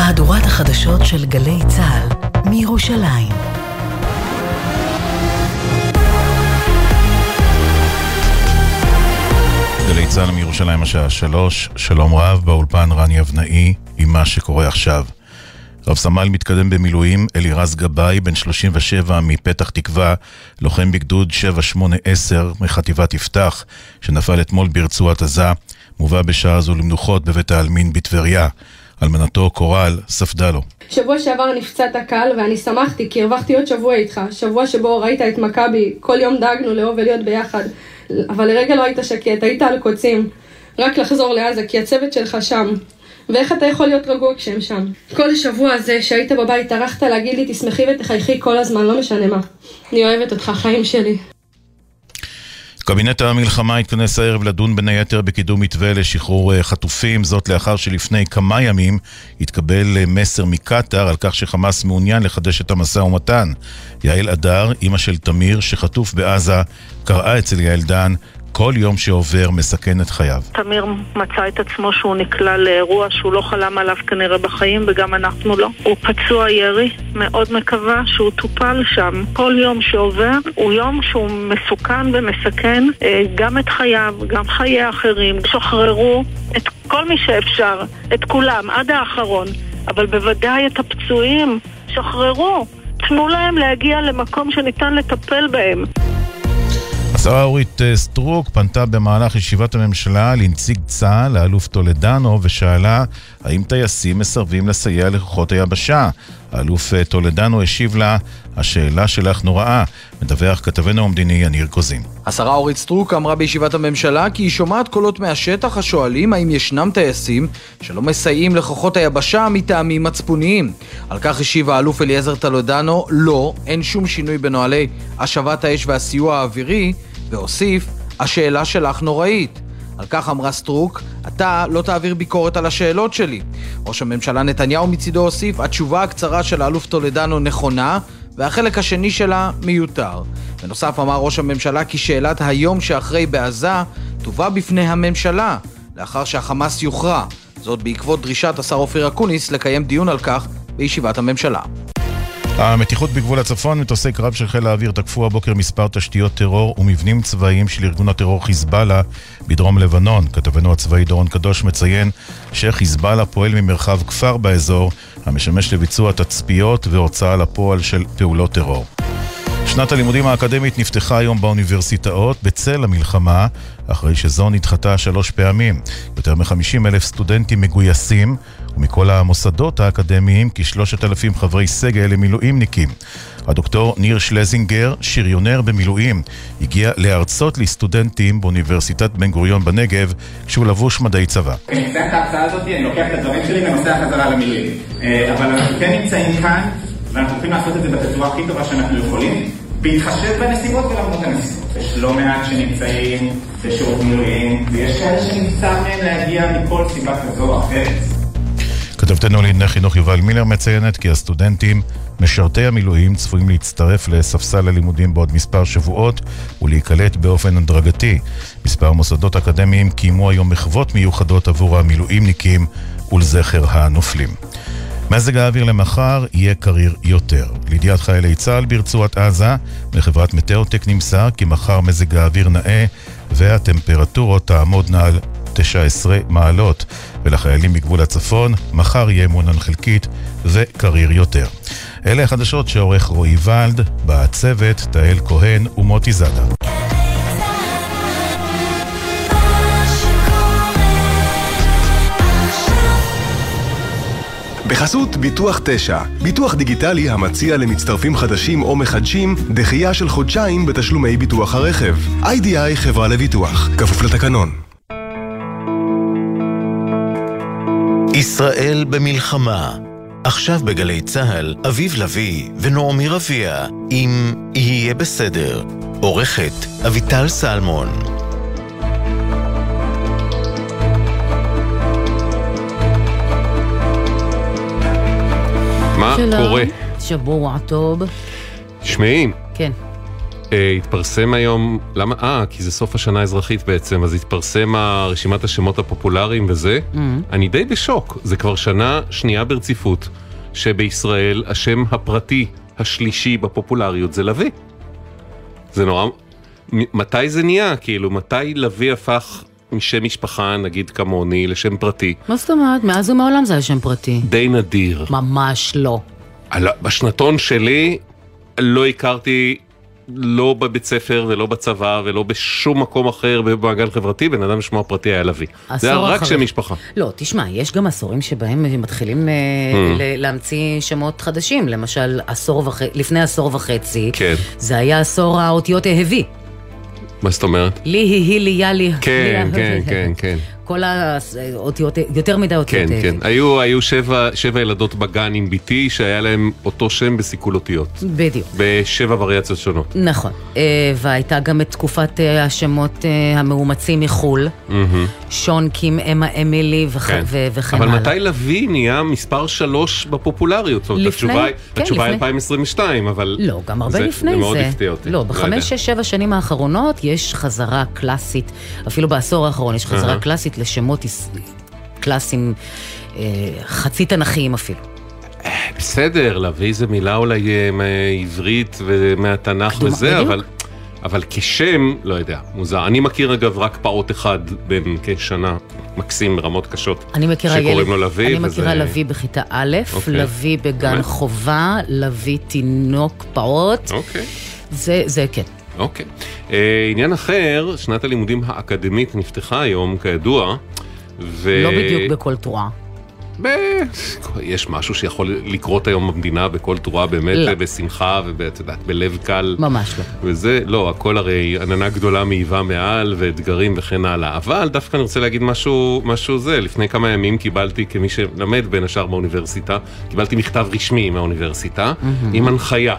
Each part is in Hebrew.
מהדורת החדשות של גלי צהל מירושלים. גלי צהל מירושלים השעה 3, שלום רב, באולפן רני אבנאי עם מה שקורה עכשיו. רב סמל מתקדם במילואים אלירז גבאי, בן 37 מפתח תקווה, לוחם בגדוד 7-8-10 מחטיבת יפתח, שנפל אתמול ברצועת עזה, מובא בשעה זו למנוחות בבית העלמין בטבריה. אלמנתו קורל ספדה לו. שבוע שעבר נפצעת קל ואני שמחתי כי הרווחתי עוד שבוע איתך, שבוע שבו ראית את מכבי, כל יום דאגנו לאהוב ולהיות ביחד, אבל לרגע לא היית שקט, היית על קוצים, רק לחזור לעזה כי הצוות שלך שם. ואיך אתה יכול להיות רגוע כשהם שם? כל השבוע הזה שהיית בבית טרחת להגיד לי תשמחי ותחייכי כל הזמן, לא משנה מה. אני אוהבת אותך, חיים שלי. קבינט המלחמה התכנס הערב לדון בין היתר בקידום מתווה לשחרור חטופים, זאת לאחר שלפני כמה ימים התקבל מסר מקטר על כך שחמאס מעוניין לחדש את המשא ומתן. יעל אדר, אמא של תמיר שחטוף בעזה, קראה אצל יעל דן, כל יום שעובר מסכן את חייו. תמיר מצא את עצמו שהוא נקלע לאירוע שהוא לא חלם עליו כנראה בחיים, וגם אנחנו לא. הוא פצוע ירי, מאוד מקווה שהוא טופל שם. כל יום שעובר הוא יום שהוא מסוכן ומסכן גם את חייו, גם חיי אחרים. שחררו את כל מי שאפשר, את כולם, עד האחרון, אבל בוודאי את הפצועים. שחררו, תנו להם להגיע למקום שניתן לטפל בהם. השרה אורית סטרוק פנתה במהלך ישיבת הממשלה לנציג צה"ל, לאלוף טולדנו, ושאלה האם טייסים מסרבים לסייע לכוחות היבשה. האלוף טולדנו השיב לה, השאלה שלך נוראה. מדווח כתבנו המדיני יניר קוזין. השרה אורית סטרוק אמרה בישיבת הממשלה כי היא שומעת קולות מהשטח השואלים האם ישנם טייסים שלא מסייעים לכוחות היבשה מטעמים מצפוניים. על כך השיב האלוף אליעזר טולדנו, לא, אין שום שינוי בנוהלי השבת האש והסיוע האווירי, והוסיף, השאלה שלך נוראית. על כך אמרה סטרוק, אתה לא תעביר ביקורת על השאלות שלי. ראש הממשלה נתניהו מצידו הוסיף, התשובה הקצרה של האלוף טולדנו נכונה, והחלק השני שלה מיותר. בנוסף אמר ראש הממשלה כי שאלת היום שאחרי בעזה תובא בפני הממשלה, לאחר שהחמאס יוכרע. זאת בעקבות דרישת השר אופיר אקוניס לקיים דיון על כך בישיבת הממשלה. המתיחות בגבול הצפון, מטוסי קרב של חיל האוויר תקפו הבוקר מספר תשתיות טרור ומבנים צבאיים של ארגון הטרור חיזבאללה בדרום לבנון. כתבנו הצבאי דורון קדוש מציין שחיזבאללה פועל ממרחב כפר באזור המשמש לביצוע תצפיות והוצאה לפועל של פעולות טרור. שנת הלימודים האקדמית נפתחה היום באוניברסיטאות בצל המלחמה, אחרי שזו נדחתה 3 פעמים. יותר מ-50,000 סטודנטים מגויסים, ומכל המוסדות האקדמיים כ3,000 חברי סגל למילואימניקים. הדוקטור ניר שלזינגר, שריונר במילואים, הגיע להרצות לסטודנטים באוניברסיטת בן גוריון בנגב, כשהוא לבוש מדעי צבא. אני מסיים את ההרצאה הזאת, אני לוקח את הדברים שלי ונוסע חזרה למילואים. אבל אנחנו כן נמצאים כאן, ואנחנו יכולים לעשות את זה בתצורה הכי טובה שאנחנו יכולים, בהתחשב בנסיבות ולמרות הנסיבות. יש לא מעט שנמצאים בשירות מילואים, ויש כאלה שנמצא מהם להגיע מכל סיבה כזו או אחרת. כתבתנו לענייני חינוך יובל מילר מציינת כי הסטודנטים משרתי המילואים צפויים להצטרף לספסל הלימודים בעוד מספר שבועות ולהיקלט באופן הדרגתי. מספר מוסדות אקדמיים קיימו היום מחוות מיוחדות עבור המילואימניקים ולזכר הנופלים. מזג האוויר למחר יהיה קריר יותר. לידיעת חיילי צה"ל ברצועת עזה, מחברת מטאוטק נמסר כי מחר מזג האוויר נאה והטמפרטורות תעמודנה על 19 מעלות, ולחיילים בגבול הצפון מחר יהיה מעונן חלקית וקריר יותר. אלה החדשות שעורך רועי ולד, בצוות תהל כהן ומוטי זאדה. בחסות ביטוח 9, ביטוח דיגיטלי המציע למצטרפים חדשים או מחדשים דחייה של חודשיים בתשלומי ביטוח הרכב. IDI חברה לביטוח, כפוף לתקנון. ישראל במלחמה. עכשיו בגלי צהל, אביב לוי ונעמי רביע עם יהיה בסדר. עורכת אביטל סלמון. מה קורה? שבוע טוב. שמעים. כן. התפרסם היום, למה? כי זה סוף השנה האזרחית בעצם, אז התפרסם רשימת השמות הפופולריים וזה. אני די בשוק, זה כבר שנה שנייה ברציפות, שבישראל השם הפרטי השלישי בפופולריות זה לוי. זה נורא, מתי זה נהיה? כאילו, מתי לוי הפך משם משפחה, נגיד כמוני, לשם פרטי? מה זאת אומרת? מאז ומעולם זה היה שם פרטי. די נדיר. ממש לא. בשנתון שלי לא הכרתי, לא בבית ספר ולא בצבא ולא בשום מקום אחר במעגל חברתי, בן אדם שמו הפרטי היה לוי. זה היה רק שם משפחה. לא, תשמע, יש גם עשורים שבהם מתחילים להמציא שמות חדשים. למשל, לפני עשור וחצי, זה היה עשור האותיות ההביא. מה זאת אומרת? לי, היא, לי, יה, לי. כן, כן, כן, כן. כל האותיות, יותר מדי אותיות. כן, כן. היו 7 ילדות בגן עם ביתי, שהיה להם אותו שם בסיכול אותיות. בדיוק. ב7 וריאציות שונות. נכון. והייתה גם את תקופת השמות המאומצים מחול. שון, קים, אמה, אמילי וכן הלאה. אבל מתי לוי נהיה מספר 3 בפופולריות? זאת אומרת, התשובה היא 2022, אבל... לא, גם הרבה לפני זה. זה מאוד הפתיע אותי. לא, ב5-6-7 שנים האחרונות יש חזרה קלאסית, אפילו בעשור האחרון יש חזרה קלאסית לשמות קלאסיים חצי תנכיים אפילו. בסדר, לוי זה מילה אולי עברית ומהתנ"ך וזה, אבל כשם, לא יודע, מוזר. אני מכיר אגב רק פעוט אחד בין כשנה, מקסים ברמות קשות, שקוראים לו לוי. אני מכירה לוי בכיתה א', לוי בגן חובה, לוי תינוק פעוט. זה כן. אוקיי. עניין אחר, שנת הלימודים האקדמית נפתחה היום, כידוע, לא בדיוק בכל תורה. יש משהו שיכול לקרות היום במדינה בכל תורה, באמת בשמחה ובלב קל. ממש לא. וזה, לא, הכל הרי עננה גדולה מאיבה מעל ואתגרים וכן הלאה. אבל דווקא אני רוצה להגיד משהו זה. לפני כמה ימים קיבלתי, כמי שלמד בין השאר באוניברסיטה, קיבלתי מכתב רשמי מהאוניברסיטה עם הנחיה.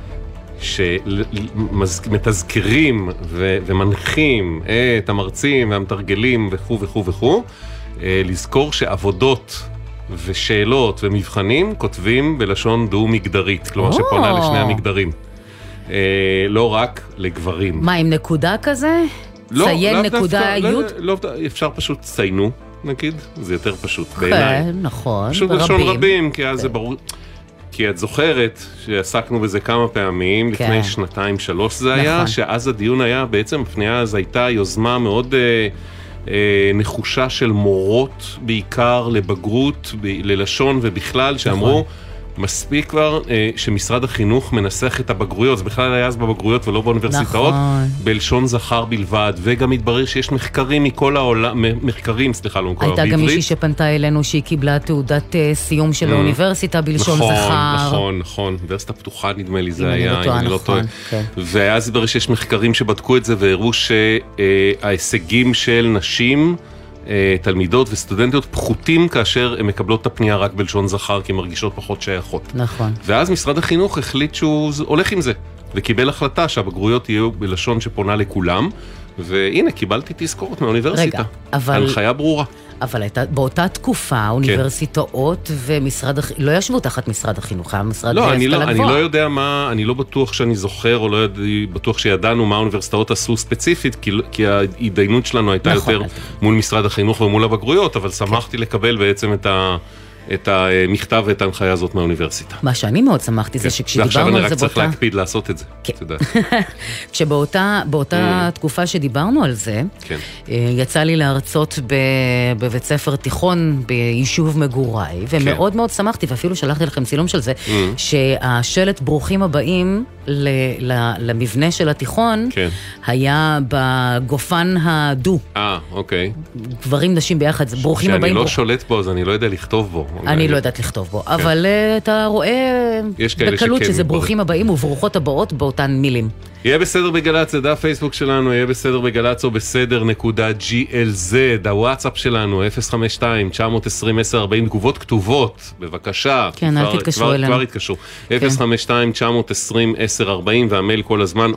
שמתזכרים ומנחים את המרצים והמתרגלים וכו' וכו' וכו', לזכור שעבודות ושאלות ומבחנים כותבים בלשון דו-מגדרית, כלומר שפונה לשני המגדרים, לא רק לגברים. מה, עם נקודה כזה? ציין נקודה י'? לא, אפשר פשוט ציינו, נגיד, זה יותר פשוט בעיניי. נכון, פשוט בלשון רבים, כי אז זה ברור. כי את זוכרת שעסקנו בזה כמה פעמים, לפני 2-3 זה היה, שאז הדיון היה, בעצם הפנייה אז הייתה יוזמה מאוד נחושה של מורות, בעיקר לבגרות, ללשון ובכלל, שאמרו, מספיק כבר שמשרד החינוך מנסח את הבגרויות, זה בכלל היה אז בבגרויות ולא באוניברסיטאות, בלשון זכר בלבד, וגם התברר שיש מחקרים מכל העולם, מחקרים, סליחה, לא מכל הייתה גם מישהי שפנתה אלינו שהיא קיבלה תעודת סיום של האוניברסיטה בלשון זכר. נכון, אוניברסיטה פתוחה נדמה לי זה היה, אם אני לא טועה. ואז התברר שיש מחקרים שבדקו את זה והראו שההישגים של נשים תלמידות וסטודנטיות פחותים כאשר הן מקבלות את הפנייה רק בלשון זכר, כי מרגישות פחות שייכות. נכון. ואז משרד החינוך החליט שהוא הולך עם זה, וקיבל החלטה שהבגרויות יהיו בלשון שפונה לכולם, והנה, קיבלתי תזכורת מהאוניברסיטה. רגע, אבל... הנחיה ברורה. אבל באותה תקופה, אוניברסיטאות ומשרד החינוך, לא ישבו תחת משרד החינוך, היה משרד להשכלה גבוהה. אני לא יודע מה, אני לא בטוח שאני זוכר, או לא בטוח שידענו מה האוניברסיטאות עשו ספציפית, כי ההתדיינות שלנו הייתה יותר מול משרד החינוך ומול הבגרויות, אבל שמחתי לקבל בעצם את המכתב ואת ההנחיה הזאת מהאוניברסיטה. מה שאני מאוד שמחתי זה שכשדיברנו על זה ועכשיו אני רק צריך להקפיד לעשות את זה. כשבאותה תקופה שדיברנו על זה, יצא לי להרצות בבית ספר תיכון ביישוב מגוריי, ומאוד מאוד שמחתי, ואפילו שלחתי לכם צילום של זה, שהשלט ברוכים הבאים למבנה של התיכון, היה בגופן הדו. אוקיי. גברים נשים ביחד, ברוכים הבאים. שאני לא שולט בו, אז אני לא יודע לכתוב בו. אני לא יודעת לכתוב בו, אבל אתה רואה בקלות שזה ברוכים הבאים וברוכות הבאות באותן מילים. יהיה בסדר בגלץ, זה דף פייסבוק שלנו, יהיה בסדר בגלץ או בסדר.glz, הוואטסאפ שלנו, 052-920-1040, תגובות כתובות, בבקשה. כן, אל תתקשרו אלינו. כבר התקשרו. 052-920-1040, והמייל כל הזמן,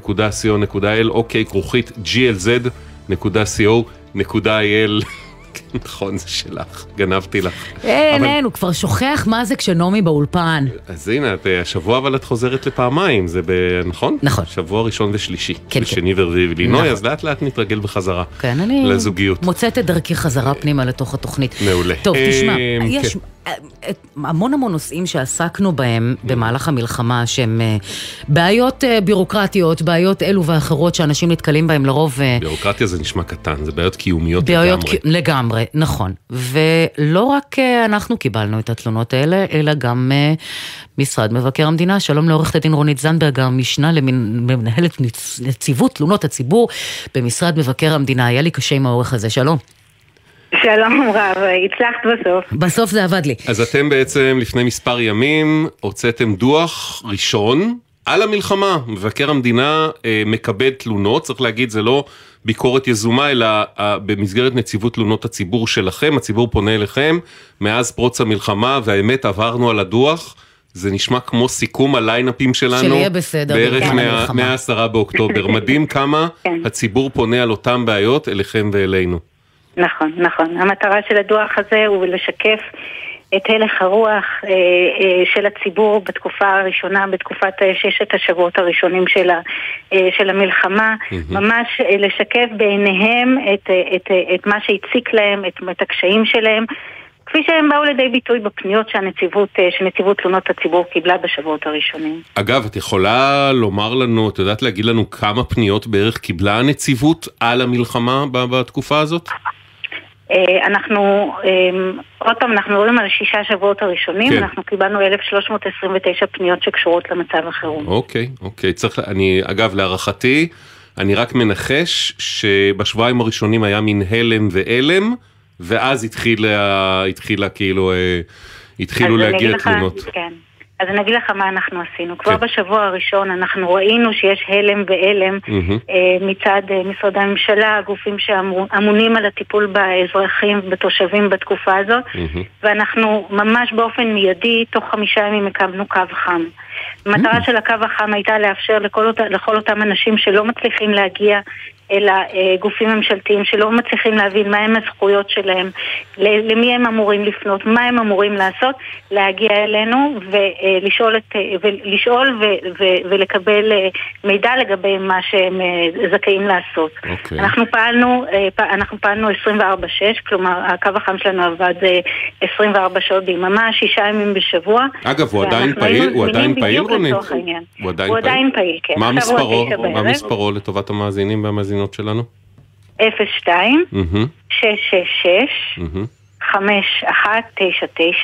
glz.co.il, glz.co.il. נכון, זה שלך, גנבתי לך. אין, הוא כבר שוכח מה זה כשנומי באולפן. אז הנה, השבוע אבל את חוזרת לפעמיים, זה נכון? נכון. שבוע ראשון ושלישי. כן, ושני ורביעי ולינוי, אז לאט לאט נתרגל בחזרה. כן, אני לזוגיות. מוצאת את דרכי חזרה פנימה לתוך התוכנית. מעולה. טוב, תשמע, יש המון נושאים שעסקנו בהם במהלך המלחמה, שהם בעיות בירוקרטיות, בעיות אלו ואחרות שאנשים נתקלים בהם לרוב. בירוקרטיה זה נשמע קטן, זה בעיות קיומיות לגמרי. לגמרי, נכון. ולא רק אנחנו קיבלנו את התלונות האלה, אלא גם משרד מבקר המדינה. שלום לעורכת הדין רונית זנדברג, המשנה למנהלת נציבות תלונות הציבור במשרד מבקר המדינה. היה לי קשה עם האורך הזה, שלום. שלום רב, הצלחת בסוף. בסוף זה עבד לי. אז אתם בעצם לפני מספר ימים הוצאתם דוח ראשון על המלחמה. מבקר המדינה מקבל תלונות, צריך להגיד זה לא ביקורת יזומה, אלא במסגרת נציבות תלונות הציבור שלכם, הציבור פונה אליכם מאז פרוץ המלחמה, והאמת עברנו על הדוח, זה נשמע כמו סיכום הליינאפים שלנו, שיהיה בסדר, בערך מה-10 באוקטובר. מדהים כמה הציבור פונה על אותם בעיות אליכם ואלינו. נכון, נכון. המטרה של הדוח הזה הוא לשקף את הלך הרוח של הציבור בתקופה הראשונה, בתקופת 6 השבועות הראשונים של המלחמה, ממש לשקף בעיניהם את מה שהציק להם, את הקשיים שלהם, כפי שהם באו לידי ביטוי בפניות שנציבות תלונות הציבור קיבלה בשבועות הראשונים. אגב, את יכולה לומר לנו, את יודעת להגיד לנו כמה פניות בערך קיבלה הנציבות על המלחמה בתקופה הזאת? אנחנו, עוד פעם, אנחנו רואים על 6 שבועות הראשונים, אנחנו קיבלנו 1,329 פניות שקשורות למצב החירום. אוקיי. אגב, להערכתי, אני רק מנחש שבשבועיים הראשונים היה מין הלם ואלם, ואז התחילו להגיע תלונות. כן. אז אני אגיד לך מה אנחנו עשינו. כבר בשבוע הראשון אנחנו ראינו שיש הלם ואלם מצד משרדי הממשלה, הגופים שאמונים על הטיפול באזרחים ובתושבים בתקופה הזאת, ואנחנו ממש באופן מיידי, תוך 5 ימים הקמנו קו חם. המטרה של הקו החם הייתה לאפשר לכל אותם אנשים שלא מצליחים להגיע אלא גופים ממשלתיים שלא מצליחים להבין מה הם הזכויות שלהם, למי הם אמורים לפנות, מה הם אמורים לעשות, להגיע אלינו ולשאול ולקבל מידע לגבי מה שהם זכאים לעשות. אנחנו פעלנו 24/6, כלומר הקו החם שלנו עבד 24 שעות ביממה, 6 ימים בשבוע. אגב, הוא עדיין פעיל, רונית? הוא עדיין פעיל, כן. מה מספרו לטובת המאזינים והמאזינות שלנו? 02 666 5199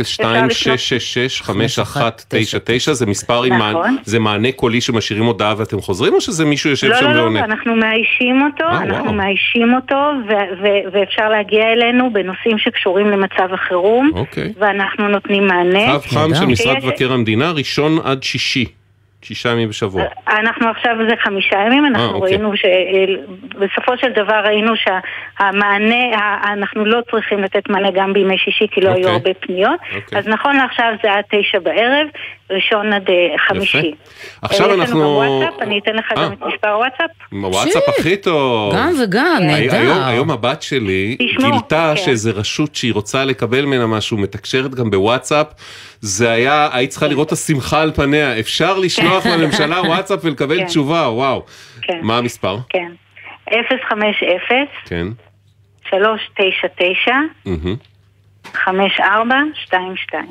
02-666-5199 זה מספר עם זה מענה קולי שמשאירים הודעה ואתם חוזרים או שזה מישהו יושב שם ועונה? לא, אנחנו מאיישים אותו ואפשר להגיע אלינו בנושאים שקשורים למצב החירום ואנחנו נותנים מענה. קו חם של משרד מבקר המדינה, ראשון עד שישי 6 ימים בשבוע. אנחנו עכשיו זה 5 ימים, אנחנו ראינו שבסופו של דבר ראינו שהמענה, אנחנו לא צריכים לתת מענה גם בימי שישי כי לא היו הרבה פניות, אז נכון לעכשיו זה עד 9 בערב, ראשון עד 5. עכשיו אנחנו... אני אתן לך גם את מספר וואטסאפ. וואטסאפ הכי טוב. גם וגם, נהדר. היום הבת שלי גילתה שאיזה רשות שהיא רוצה לקבל ממנה משהו, מתקשרת גם בוואטסאפ, זה היה, היית צריכה לראות את השמחה על פניה, אפשר לשלוח לממשלה וואטסאפ ולקבל תשובה, וואו. מה המספר? כן, 050 כן 399 5422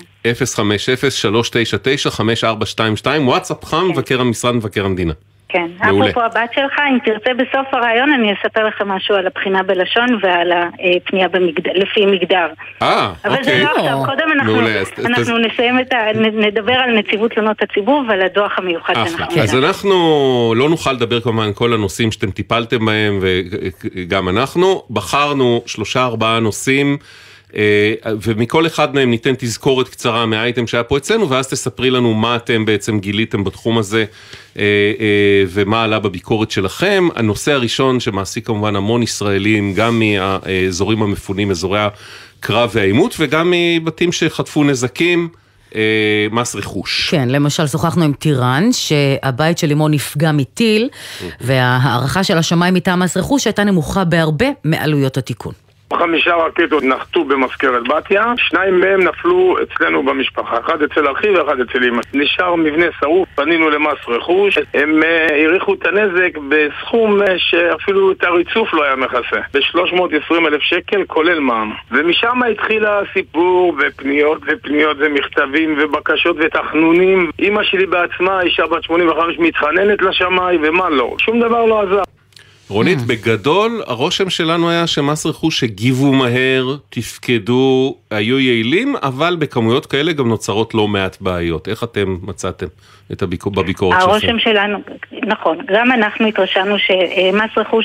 050-399-5422 וואטסאפ חם מבקר המשרד מבקר המדינה. כן, אפרופו הבת שלך, אם תרצה בסוף הרעיון אני אספר לך משהו על הבחינה בלשון ועל הפנייה לפי מגדר. אבל זה לא עכשיו, קודם אנחנו נסיים נדבר על נציבות תלונות הציבור ועל הדוח המיוחד שאנחנו... אז אנחנו לא נוכל לדבר כמובן על כל הנושאים שאתם טיפלתם בהם וגם אנחנו בחרנו 3-4 נושאים ומכל אחד מהם ניתן תזכורת קצרה מהאייטם שהיה פה אצלנו, ואז תספרי לנו מה אתם בעצם גיליתם בתחום הזה ומה עלה בביקורת שלכם. הנושא הראשון שמעסיק כמובן המון ישראלים, גם מהאזורים המפונים, אזורי הקרב והעימות, וגם מבתים שחטפו נזקים, מס רכוש. כן, למשל שוחחנו עם טירן שהבית של אמו נפגע מטיל, והערכה של השמיים מטעם מס רכוש הייתה נמוכה בהרבה מעלויות התיקון. 5 רקטות נחתו במזכרת בתיה, 2 מהם נפלו אצלנו במשפחה, 1 אצל אחי ו1 אצל אמא. נשאר מבנה שרוף, פנינו למס רכוש, הם העריכו את הנזק בסכום שאפילו את הריצוף לא היה מכסה, ב-320,000 שקל כולל מע"מ. ומשם התחיל הסיפור ופניות ומכתבים ובקשות ותחנונים. אמא שלי בעצמה, אישה בת 85, מתחננת לשמאי ומה לא, שום דבר לא עזר. רונית, בגדול, הרושם שלנו היה שמס רכוש הגיבו מהר, תפקדו, היו יעילים, אבל בכמויות כאלה גם נוצרות לא מעט בעיות. איך אתם מצאתם בביקורת שלכם? הרושם שלנו, נכון, גם אנחנו התרשמנו שמס רכוש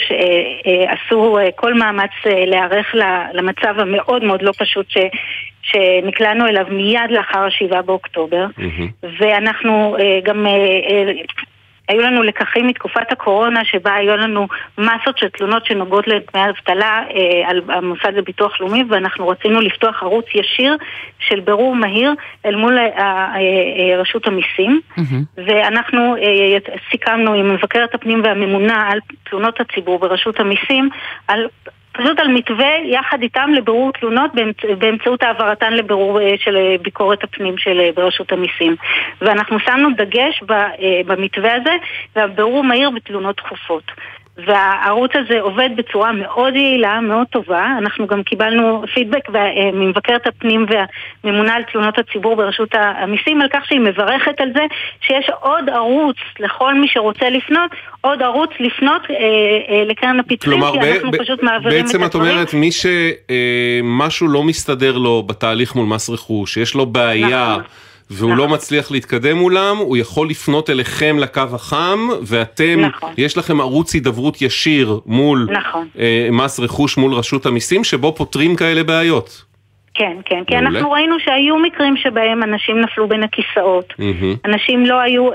עשו כל מאמץ להיערך למצב המאוד מאוד לא פשוט שנקלענו אליו מיד לאחר 7 באוקטובר, ואנחנו גם היו לנו לקחים מתקופת הקורונה שבה היו לנו מסות של תלונות שנוגעות לדמי האבטלה על המוסד לביטוח לאומי, ואנחנו רצינו לפתוח ערוץ ישיר של בירור מהיר אל מול רשות המיסים, ואנחנו סיכמנו עם מבקרת הפנים והממונה על תלונות הציבור ברשות המיסים פשוט על מתווה יחד איתם לבירור תלונות באמצעות העברתן לבירור של ביקורת הפנים של ברשות המיסים. ואנחנו שמנו דגש במתווה הזה והבירור מהיר בתלונות דחופות. והערוץ הזה עובד בצורה מאוד יעילה, מאוד טובה. אנחנו גם קיבלנו פידבק ממבקרת הפנים והממונה על תלונות הציבור ברשות המיסים על כך שהיא מברכת על זה שיש עוד ערוץ לכל מי שרוצה לפנות, עוד ערוץ לפנות לקרן הפיצויים, כי אנחנו פשוט מעבירים את הדברים. בעצם את אומרת, מי שמשהו לא מסתדר לו בתהליך מול מס רכוש, שיש לו בעיה, והוא לא מצליח להתקדם מולם, הוא יכול לפנות אליכם לקו החם, ואתם, יש לכם ערוץ הידברות ישיר מול מס רכוש, מול רשות המיסים, שבו פותרים כאלה בעיות. כן, כן, כי אנחנו ראינו שהיו מקרים שבהם אנשים נפלו בין הכיסאות, אנשים לא היו,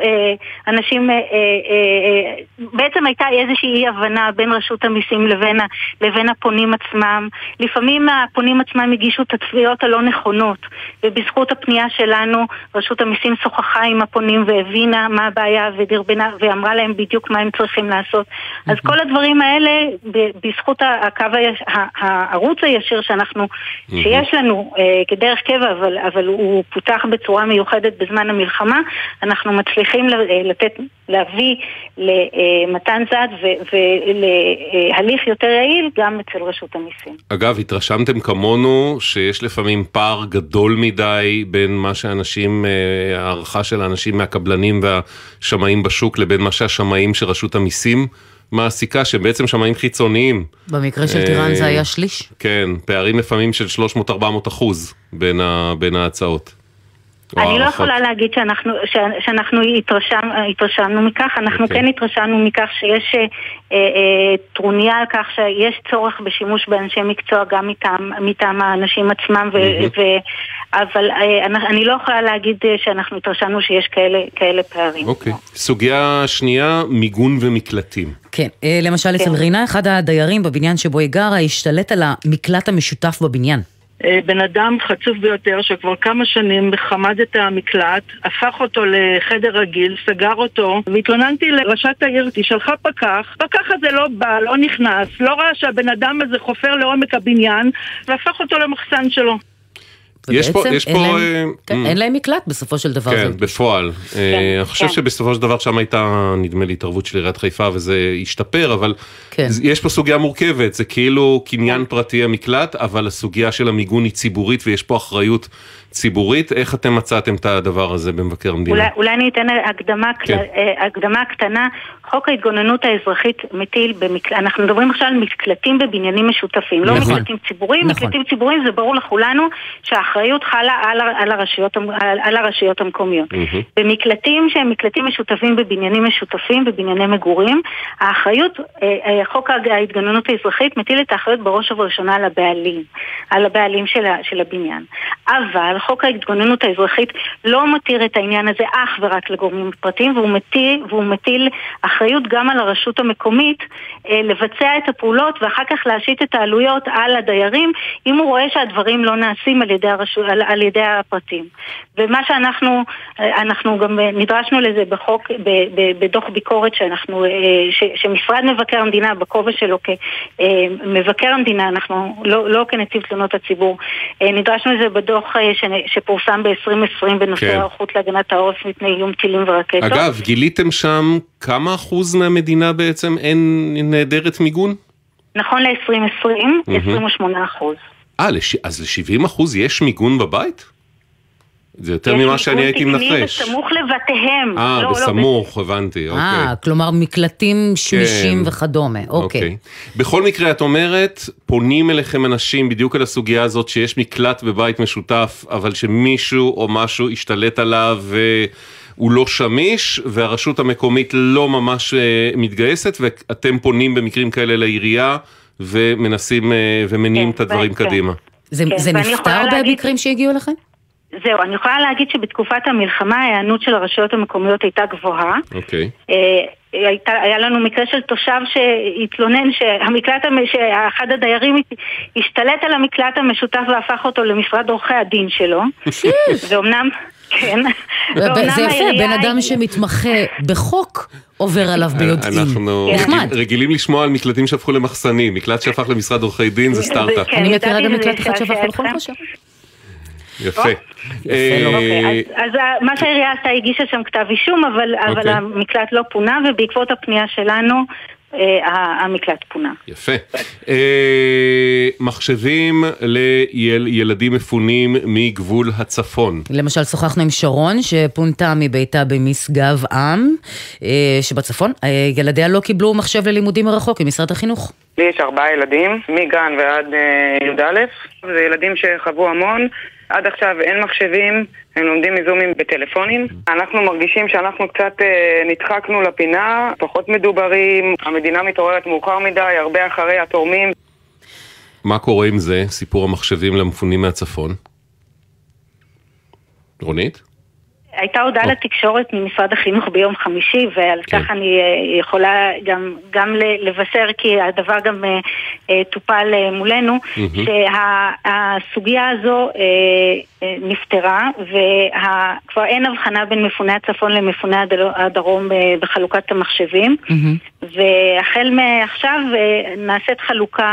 בעצם הייתה איזושהי אי הבנה בין רשות המיסים לבין הפונים עצמם. לפעמים הפונים עצמם הגישו את התביעות הלא נכונות, ובזכות הפנייה שלנו רשות המיסים שוחחה עם הפונים והבינה מה הבעיה ודרבנה ואמרה להם בדיוק מה הם צריכים לעשות. אז כל הדברים האלה בזכות הערוץ הישיר שיש לנו כדרך קבע, אבל הוא פותח בצורה מיוחדת בזמן המלחמה, אנחנו מצליחים להביא למתן זד ולהליך יותר יעיל גם אצל רשות המיסים. אגב, התרשמתם כמונו שיש לפעמים פער גדול מדי בין מה שאנשים, הערכה של האנשים מהקבלנים והשמאים בשוק לבין מה שהשמאים של רשות המיסים מעסיקה, שבעצם שמאים חיצוניים. במקרה של טירן זה היה שליש? כן, פערים לפעמים של 300-400% בין ההצעות. אני לא יכולה להגיד שאנחנו התרשמנו מכך, אנחנו כן התרשמנו מכך שיש טרוניה על כך שיש צורך בשימוש באנשי מקצוע גם מטעם האנשים עצמם, אבל אני לא יכולה להגיד שאנחנו התרשמנו שיש כאלה פערים. אוקיי. סוגיה שנייה, מיגון ומקלטים. כן, למשל אצל רינה, אחד הדיירים בבניין שבו היא גרה, השתלט על המקלט המשותף בבניין. בן אדם חצוף ביותר שכבר כמה שנים חמד את המקלט, הפך אותו לחדר רגיל, סגר אותו, והתלוננתי לראשת העיר, היא שלחה פקח הזה לא בא, לא נכנס, לא ראה שהבן אדם הזה חופר לעומק הבניין, והפך אותו למחסן שלו. אין להם מקלט בסופו של דבר. כן, בפועל. אני חושב שבסופו של דבר שם הייתה, נדמה לי, התערבות של עיריית חיפה, וזה השתפר, אבל יש פה סוגיה מורכבת, זה כאילו קניין פרטי המקלט, אבל הסוגיה של המיגון היא ציבורית, ויש פה אחריות ציבורית. איך אתם מצאתם את הדבר הזה במבקר המדינה? אולי אני אתן הקדמה קטנה. חוק ההתגוננות האזרחית מטיל אנחנו מדברים עכשיו על מקלטים בבניינים משותפים, לא מקלטים ציבוריים. מקלטים ציבוריים זה ברור לכולנו שהאחריות חלה על הרשויות המקומיות. במקלטים שהם מקלטים משותפים בבניינים משותפים, בבנייני מגורים, האחריות, חוק ההתגוננות האזרחית מטיל את האחריות בראש ובראשונה על הבעלים של הבניין. אבל חוק ההתגוננות האזרחית לא מתיר את העניין הזה אך ורק לגורמים פרטיים, והוא מטיל אחריות גם על הרשות המקומית לבצע את הפעולות ואחר כך להשית את העלויות על הדיירים אם הוא רואה שהדברים לא נעשים על ידי הפרטים. ומה שאנחנו גם נדרשנו לזה בחוק, בדוח ביקורת שמשרד מבקר המדינה בכובע שלו כמבקר המדינה, אנחנו לא כנציב תלונות הציבור, נדרשנו לזה בדוח שפורסם ב-2020 בנושא הערכות להגנת העורף מפני איום טילים ורקטות. אגב, גיליתם שם כמה אחוז מהמדינה בעצם אין נהדרת מיגון? נכון ל-2020, 28%. אז ל-70% יש מיגון בבית? זה יותר ממה שאני הייתי מנחש. בסמוך לבתיהם. בסמוך, הבנתי, אוקיי. כלומר מקלטים שמישים וכדומה, אוקיי. בכל מקרה, את אומרת, פונים אליכם אנשים בדיוק על הסוגיה הזאת שיש מקלט בבית משותף, אבל שמישהו או משהו השתלט עליו והוא לא שמיש, והרשות המקומית לא ממש מתגייסת, ואתם פונים במקרים כאלה לעירייה, ומנסים ומניעים את הדברים קדימה. זה נפתר במקרים שהגיעו לכם? זהו, אני יכולה להגיד שבתקופת המלחמה ההיענות של הרשויות המקומיות הייתה גבוהה. אוקיי. היה לנו מקרה של תושב שהתלונן שאחד הדיירים השתלט על המקלט המשותף והפך אותו למשרד עורכי הדין שלו. ואומנם, כן. זה יפה, בן אדם שמתמחה בחוק עובר עליו ביודעים. אנחנו רגילים לשמוע על מקלטים שהפכו למחסנים. מקלט שהפך למשרד עורכי דין זה סטארט-אפ. אני מכירה גם מקלט אחד שהפך לכל חושב. יפה. אז מה שהעירייה עשתה, הגישה שם כתב אישום, אבל המקלט לא פונה, ובעקבות הפנייה שלנו, המקלט פונה. יפה. מחשבים לילדים מפונים מגבול הצפון. למשל, שוחחנו עם שרון, שפונתה מביתה במשגב עם, שבצפון. ילדיה לא קיבלו מחשב ללימודים מרחוק ממשרד החינוך. לי יש 4 ילדים, מגן ועד י"א, זה ילדים שחוו המון. עד עכשיו אין מחשבים, הם לומדים מזומים בטלפונים. אנחנו מרגישים שאנחנו קצת נדחקנו לפינה, פחות מדוברים, המדינה מתעוררת מאוחר מדי, הרבה אחרי התורמים. מה קורה עם זה, סיפור המחשבים למפונים מהצפון? רונית? הייתה הודעה לתקשורת ממשרד החינוך ביום חמישי, ועל כך אני יכולה גם לבשר, כי הדבר גם טופל מולנו, שהסוגיה הזו נפתרה, וכבר אין הבחנה בין מפוני הצפון למפוני הדרום בחלוקת המחשבים, והחל מעכשיו נעשית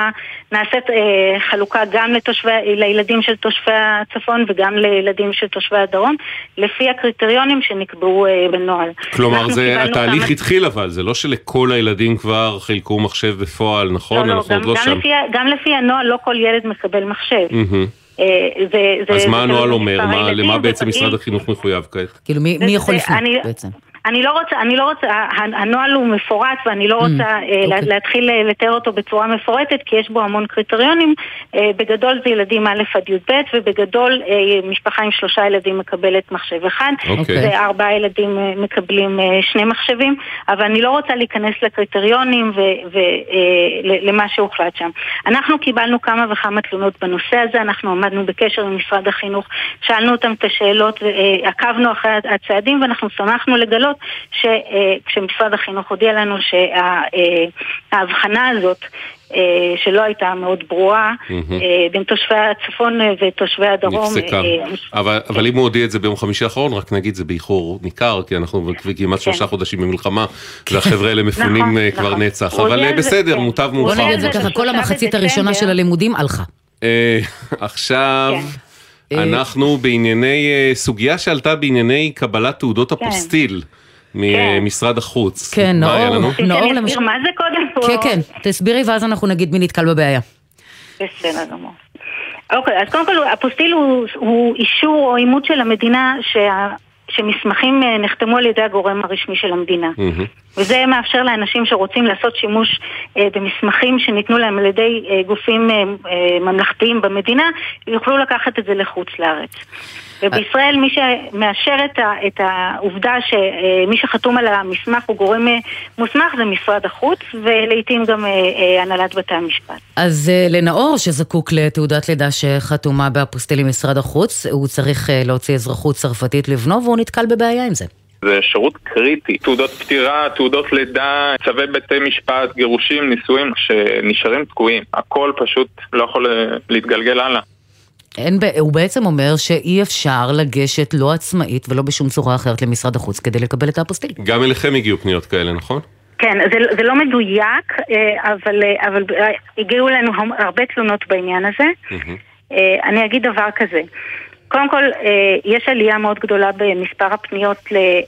חלוקה גם לילדים של תושבי הצפון וגם לילדים של תושבי הדרום, לפי הקריטריונים שנקבעו בנוהל. כלומר, התהליך התחיל, אבל זה לא שלכל הילדים כבר חילקו מחשב בפועל, נכון? לא, גם לפי הנוהל לא כל ילד מקבל מחשב. אז מה הנוהל אומר? למה בעצם משרד החינוך מחויב כעת? כאילו, מי יכול לפנות בעצם? אני לא רוצה, הנוהל הוא מפורט ואני לא רוצה להתחיל לתאר אותו בצורה מפורטת, כי יש בו המון קריטריונים. בגדול זה ילדים א' עד י"ב, ובגדול משפחה עם 3 ילדים מקבלת מחשב אחד, ו4 ילדים מקבלים 2 מחשבים, אבל אני לא רוצה להיכנס לקריטריונים ולמה שהוחלט שם. אנחנו קיבלנו כמה וכמה תלונות בנושא הזה, אנחנו עמדנו בקשר עם משרד החינוך, שאלנו אותם את השאלות, עקבנו אחרי הצעדים, ואנחנו שמחנו לגלות שכשמשרד החינוך הודיע לנו שההבחנה הזאת שלא הייתה מאוד ברורה בין תושבי הצפון ותושבי הדרום נפסקה. אבל אם הוא הודיע את זה ביום חמישי האחרון, רק נגיד זה באיחור ניכר, כי אנחנו כמעט 3 חודשים במלחמה, והחבר'ה האלה מפונים כבר נצח, אבל בסדר, מוטב מאוחר. בוא נגיד זה ככה, כל המחצית הראשונה של הלימודים הלכה. עכשיו אנחנו בענייני סוגיה שעלתה בענייני קבלת תעודות אפוסטיל ממשרד החוץ. כן, נאור למשל. מה זה קודם פה? כן, תסבירי ואז אנחנו נגיד מי נתקל בבעיה. בסדר גמור. אוקיי, אז קודם כל אפוסטיל הוא אישור או אימות של המדינה שמסמכים נחתמו על ידי הגורם הרשמי של המדינה. וזה מאפשר לאנשים שרוצים לעשות שימוש במסמכים שניתנו להם על ידי גופים ממלכתיים במדינה, יוכלו לקחת את זה לחוץ לארץ. ובישראל מי שמאשר את העובדה שמי שחתום על המסמך הוא גורם מוסמך זה משרד החוץ, ולעיתים גם הנהלת בתי המשפט. אז לנאור שזקוק לתעודת לידה שחתומה באפוסטילים משרד החוץ, הוא צריך להוציא אזרחות צרפתית לבנו, והוא נתקל בבעיה עם זה. זה שירות קריטי, תעודות פטירה, תעודות לידה, צווי בתי משפט, גירושים, נישואים שנשארים תקועים. הכל פשוט לא יכול להתגלגל הלאה. הוא בעצם אומר שאי אפשר לגשת לא עצמאית ולא בשום צורה אחרת למשרד החוץ כדי לקבל את האפוסטיל. גם אליכם הגיעו פניות כאלה, נכון? כן, זה לא מדויק, אבל הגיעו לנו הרבה תלונות בעניין הזה. אני אגיד דבר כזה. קודם כל, יש עלייה מאוד גדולה במספר הפניות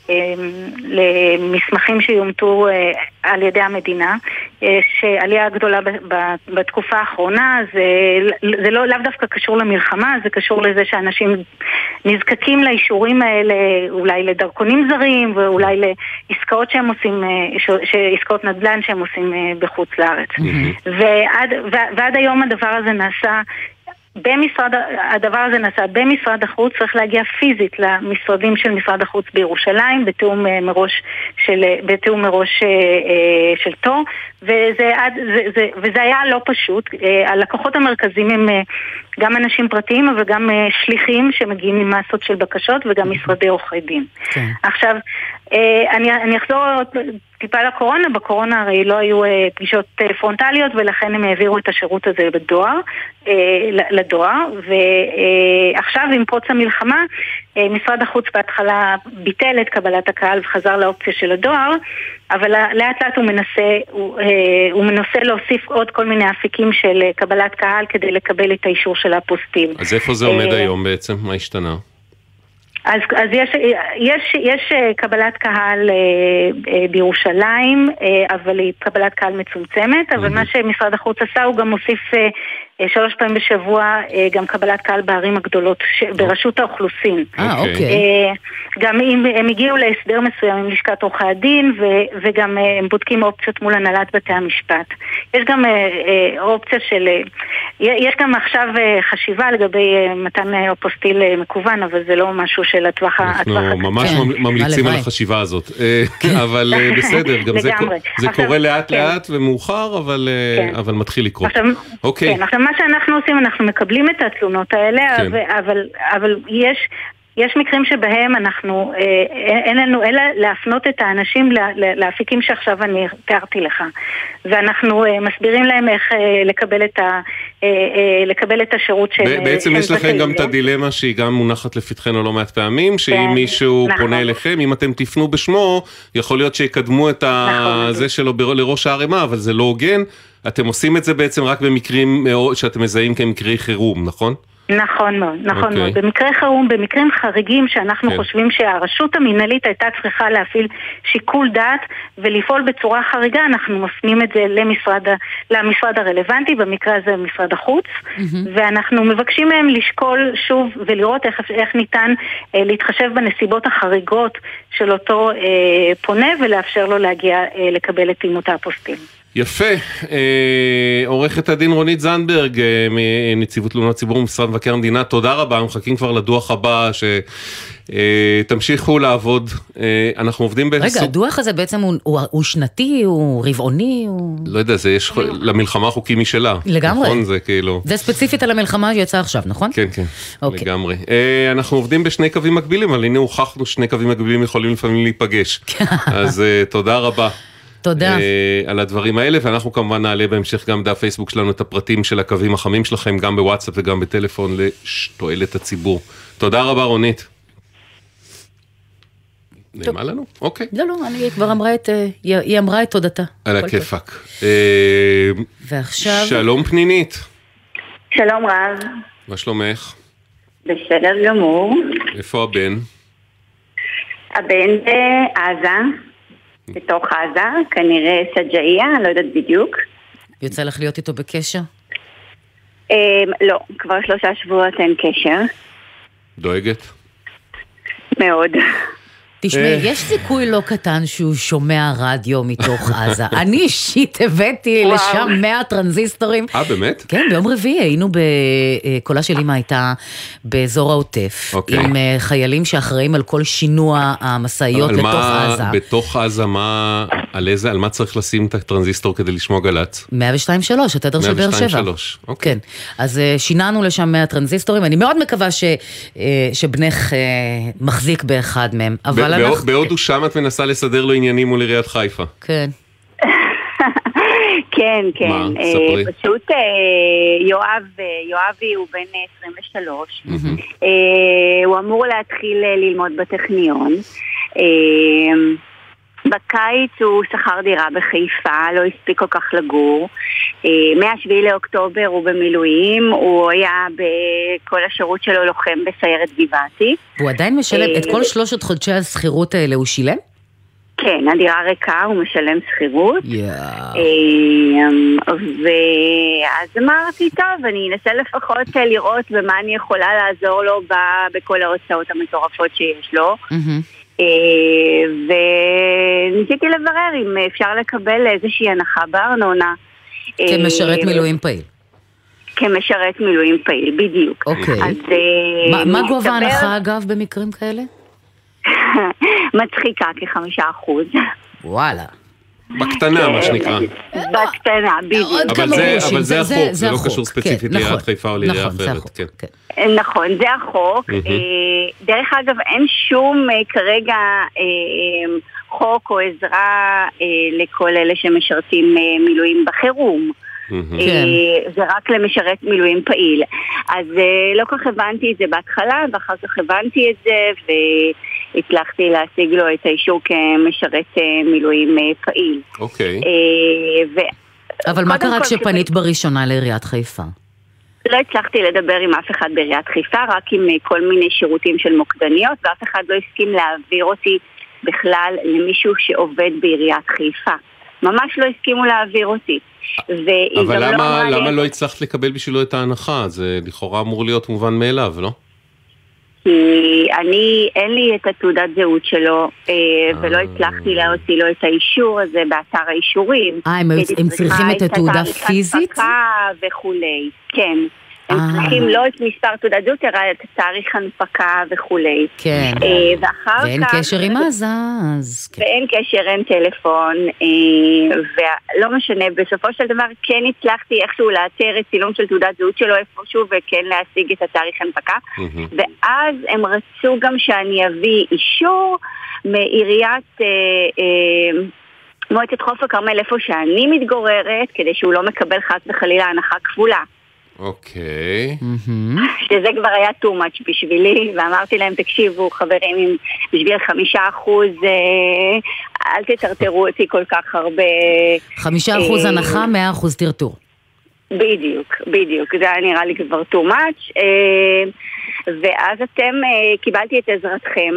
למסמכים שיומתו על ידי המדינה. יש עלייה גדולה בתקופה האחרונה, זה לאו דווקא קשור למלחמה, זה קשור לזה שאנשים נזקקים לאישורים האלה, אולי לדרכונים זרים, ואולי לעסקאות שהם עושים, עסקאות נדל"ן שהם עושים בחוץ לארץ. ועד היום הדבר הזה נעשה הדבר הזה נעשה במשרד החוץ, צריך להגיע פיזית למשרדים של משרד החוץ בירושלים, בתיאום מראש של תור, וזה היה לא פשוט. הלקוחות המרכזיים הם גם אנשים פרטיים, אבל גם שליחים שמגיעים עם מסות של בקשות, וגם משרדי עורכי דין. עכשיו, אני אחזור טיפה לקורונה. בקורונה הרי לא היו פגישות פרונטליות, ולכן הם העבירו את השירות הזה לדואר, ועכשיו עם פרוץ המלחמה משרד החוץ בהתחלה ביטל את קבלת הקהל וחזר לאופציה של הדואר, אבל לאט לאט הוא מנסה להוסיף עוד כל מיני אפיקים של קבלת קהל כדי לקבל את האישור של האפוסטיל. אז איפה זה עומד היום בעצם? מה השתנה? אז יש קבלת קהל בירושלים, אבל היא קבלת קהל מצומצמת, אבל מה שמשרד החוץ עשה הוא גם מוסיף 3 פעמים בשבוע גם קבלת קהל בערים הגדולות ברשות האוכלוסין. גם אם הם הגיעו להסדר מסוים עם לשכת עורכי הדין, וגם הם בודקים אופציות מול הנהלת בתי המשפט. יש גם אופציה יש גם עכשיו חשיבה לגבי מתן אפוסטיל מקוון, אבל זה לא משהו של הטווח הקצר. אנחנו ממש ממליצים על החשיבה הזאת. אבל בסדר, גם זה קורה לאט לאט ומאוחר, אבל מתחיל לקרות. אוקיי. מה שאנחנו עושים, אנחנו מקבלים את התלונות האלה, אבל יש מקרים שבהם אין לנו אלא להפנות את האנשים להפיקים שעכשיו אני תיארתי לך. ואנחנו מסבירים להם איך לקבל את השירות שהם... בעצם יש לכם גם את הדילמה שהיא גם מונחת לפתחנו לא מעט פעמים, שאם מישהו פונה אליכם, אם אתם תפנו בשמו, יכול להיות שיקדמו את זה שלו לראש הערימה, אבל זה לא הוגן. אתם עושים את זה בעצם רק במקרים שאתם מזהים כמקרי חירום, נכון? נכון מאוד, נכון מאוד. במקרי חירום, במקרים חריגים שאנחנו חושבים שהרשות המנהלית הייתה צריכה להפעיל שיקול דעת ולפעול בצורה חריגה, אנחנו מפנים את זה למשרד הרלוונטי, במקרה הזה משרד החוץ, ואנחנו מבקשים מהם לשקול שוב ולראות איך ניתן להתחשב בנסיבות החריגות של אותו פונה ולאפשר לו להגיע לקבל את אימות האפוסטיל. יפה, עורכת הדין רונית זנדברג מנציבות תלונות ציבור במשרד מבקר המדינה, תודה רבה, מחכים כבר לדוח הבא שתמשיכו לעבוד, אנחנו עובדים רגע, הדוח הזה בעצם הוא שנתי, הוא רבעוני, לא יודע, יש למלחמה חוקים משלה. לגמרי, זה ספציפית על המלחמה שיצא עכשיו, נכון? כן, לגמרי. אנחנו עובדים בשני קווים מקבילים, אבל הנה הוכחנו שני קווים מקבילים יכולים לפעמים להיפגש, אז תודה רבה. תודה. על הדברים האלה, ואנחנו כמובן נעלה בהמשך גם דף פייסבוק שלנו את הפרטים של הקווים החמים שלכם, גם בוואטסאפ וגם בטלפון לתועלת הציבור. תודה רבה רונית. נעמה לנו? אוקיי. לא, אני כבר היא אמרה את תודתה. על הכיפק. ועכשיו... שלום פנינית. שלום רב. מה שלומך? בסדר גמור. איפה הבן? הבן בעזה. בתוך עזה, כנראה סג'איה, אני לא יודעת בדיוק. יוצא לך להיות איתו בקשר? לא, כבר 3 שבועות אין קשר. דואגת? מאוד. תשמע, יש סיכוי לא קטן שהוא שומע רדיו מתוך עזה. אני אישית הבאתי לשם 100 טרנזיסטורים. באמת? כן, ביום רביעי היינו קולה של אמא הייתה באזור העוטף, עם חיילים שאחראים על כל שינוע המסעיות לתוך עזה. בתוך עזה, על מה צריך לשים את הטרנזיסטור כדי לשמוע גל"צ? 102.3, התדר של באר שבע. 102.3, אוקיי. כן, אז שינענו לשם 100 טרנזיסטורים, אני מאוד מקווה שבנך מחזיק באחד מהם, אבל בעוד הוא שם את מנסה לסדר לו עניינים מול עיריית חיפה. כן. כן, כן. מה? ספרי. פשוט יואבי הוא בן 23. הוא אמור להתחיל ללמוד בטכניון. בקיץ הוא שכר דירה בחיפה, לא הספיק כל כך לגור. מה-7 לאוקטובר הוא במילואים, הוא היה בכל השירות שלו לוחם בסיירת גבעתי. הוא עדיין משלם את כל 3 חודשי הסחירות האלה, הוא שילם? כן, הדירה ריקה, הוא משלם סחירות. ואז אמרתי, טוב, אני אנסה לפחות לראות במה אני יכולה לעזור לו בכל ההוצאות המטורפות שיש לו. וניסיתי לברר אם אפשר לקבל איזושהי הנחה בארנונה. כמשרת מילואים פעיל. כמשרת מילואים פעיל, בדיוק. אוקיי. מה גובה הנחה אגב במקרים כאלה? מצחיקה כ5%. וואלה. בקטנה, מה שנקרא. בקטנה, בדיוק. אבל זה החוק, זה לא קשור ספציפית לעיריית חיפה או לעירייה אחרת. נכון, זה החוק. דרך אגב, אין שום כרגע חוק או עזרה לכל אלה שמשרתים מילואים בחירום. זה רק למשרת מילואים פעיל. אז לא כך הבנתי את זה בהתחלה, ואחר כך הבנתי את זה, והצלחתי להשיג לו את האישור כמשרת מילואים פעיל. אוקיי. אבל מה קרה כשפנית בראשונה לעיריית חיפה? לא הצלחתי לדבר עם אף אחד בעיריית חיפה, רק עם כל מיני שירותים של מוקדניות, ואף אחד לא הסכים להעביר אותי בכלל למישהו שעובד בעיריית חיפה. ממש לא הסכימו להעביר אותי. אבל למה לא הצלחת לקבל בשבילו את ההנחה? זה לכאורה אמור להיות מובן מאליו, לא? כי אין לי את התעודת זהות שלו, ולא הצלחתי להוציא לו את האישור הזה באתר האישורים. הם צריכים את התעודה פיזית? וכולי, כן. הם צריכים לא את מספר תעודת זהות, אלא את תאריך הנפקה וכולי. כן. ואין קשר עם עזה, אז... ואין קשר, אין טלפון, ולא משנה, בסופו של דבר כן הצלחתי איכשהו לאתר את צילום של תעודת זהות שלו איפשהו, וכן להשיג את התאריך הנפקה, ואז הם רצו גם שאני אביא אישור מעיריית... מועצת חוף הכרמל איפה שאני מתגוררת, כדי שהוא לא מקבל חס וחלילה הנחה כפולה. אוקיי. שזה כבר היה too much בשבילי, ואמרתי להם, תקשיבו חברים, בשביל 5% אל תטרטרו אותי כל כך הרבה. 5% הנחה, 100% טרטור. בדיוק, זה היה נראה לי כבר too much, ואז אתם קיבלתי את עזרתכם,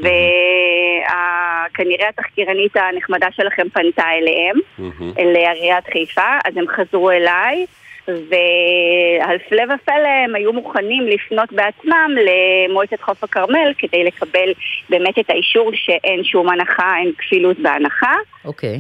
וכנראה התחקירנית הנחמדה שלכם פנתה אליהם, אל עיריית חיפה, אז הם חזרו אליי, והפלא ופלא הם היו מוכנים לפנות בעצמם למועצת חוף הכרמל כדי לקבל באמת את האישור שאין שום הנחה, אין כפילות בהנחה. אוקיי.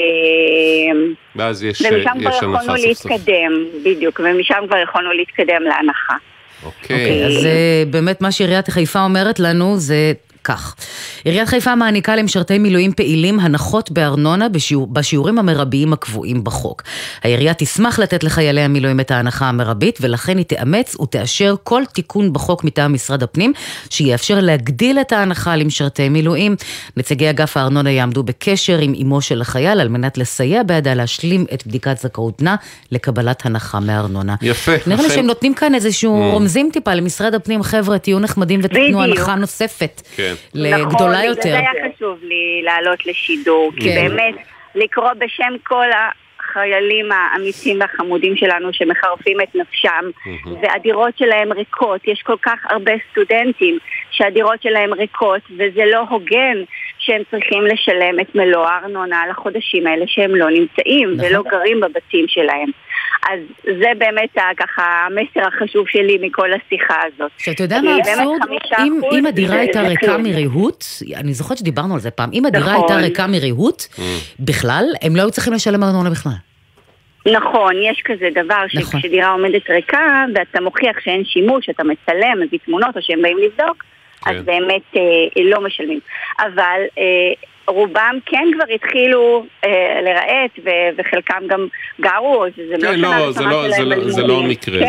ואז יש ומשם כבר הנחה יכולנו להתקדם, בדיוק, ומשם כבר יכולנו להתקדם להנחה. אוקיי. אז באמת מה שעיריית חיפה אומרת לנו זה... כך, עיריית חיפה מעניקה למשרתי מילואים פעילים הנחות בארנונה בשיעורים המרביים הקבועים בחוק. העירייה תשמח לתת לחיילי המילואים את ההנחה המרבית, ולכן היא תאמץ ותאשר כל תיקון בחוק מטעם משרד הפנים, שיאפשר להגדיל את ההנחה למשרתי מילואים. נציגי אגף הארנונה יעמדו בקשר עם אמו של החייל, על מנת לסייע בידה להשלים את בדיקת זכאות בנה לקבלת הנחה מארנונה. יפה. נראה לי שהם נותנים כאן איזשהו רומזים טיפה למשרד הפנים, חבר'ה, תהיו נחמדים ותתנו הנחה נוספת. כן. לגדולה יותר. נכון, זה היה חשוב לי לעלות לשידור, כי באמת לקרוא בשם כל החיילים האמיצים והחמודים שלנו שמחרפים את נפשם, והדירות שלהם ריקות, יש כל כך הרבה סטודנטים שהדירות שלהם ריקות, וזה לא הוגן שהם צריכים לשלם את מלוא הארנונה על החודשים האלה שהם לא נמצאים ולא גרים בבתים שלהם. אז זה באמת ככה המסר החשוב שלי מכל השיחה הזאת. שאתה יודע מה האבסורד? אם הדירה הייתה ריקה מריהוט, אני זוכרת שדיברנו על זה פעם, אם הדירה הייתה ריקה מריהוט, בכלל, הם לא היו צריכים לשלם ארנונה בכלל. נכון, יש כזה דבר שכשדירה עומדת ריקה, ואתה מוכיח שאין שימוש, אתה מצלם, מביא תמונות או שהם באים לבדוק, אז באמת לא משלמים. אבל רובם כן כבר התחילו לראות, וחלקם גם גרו, כן, זה לא מקרה,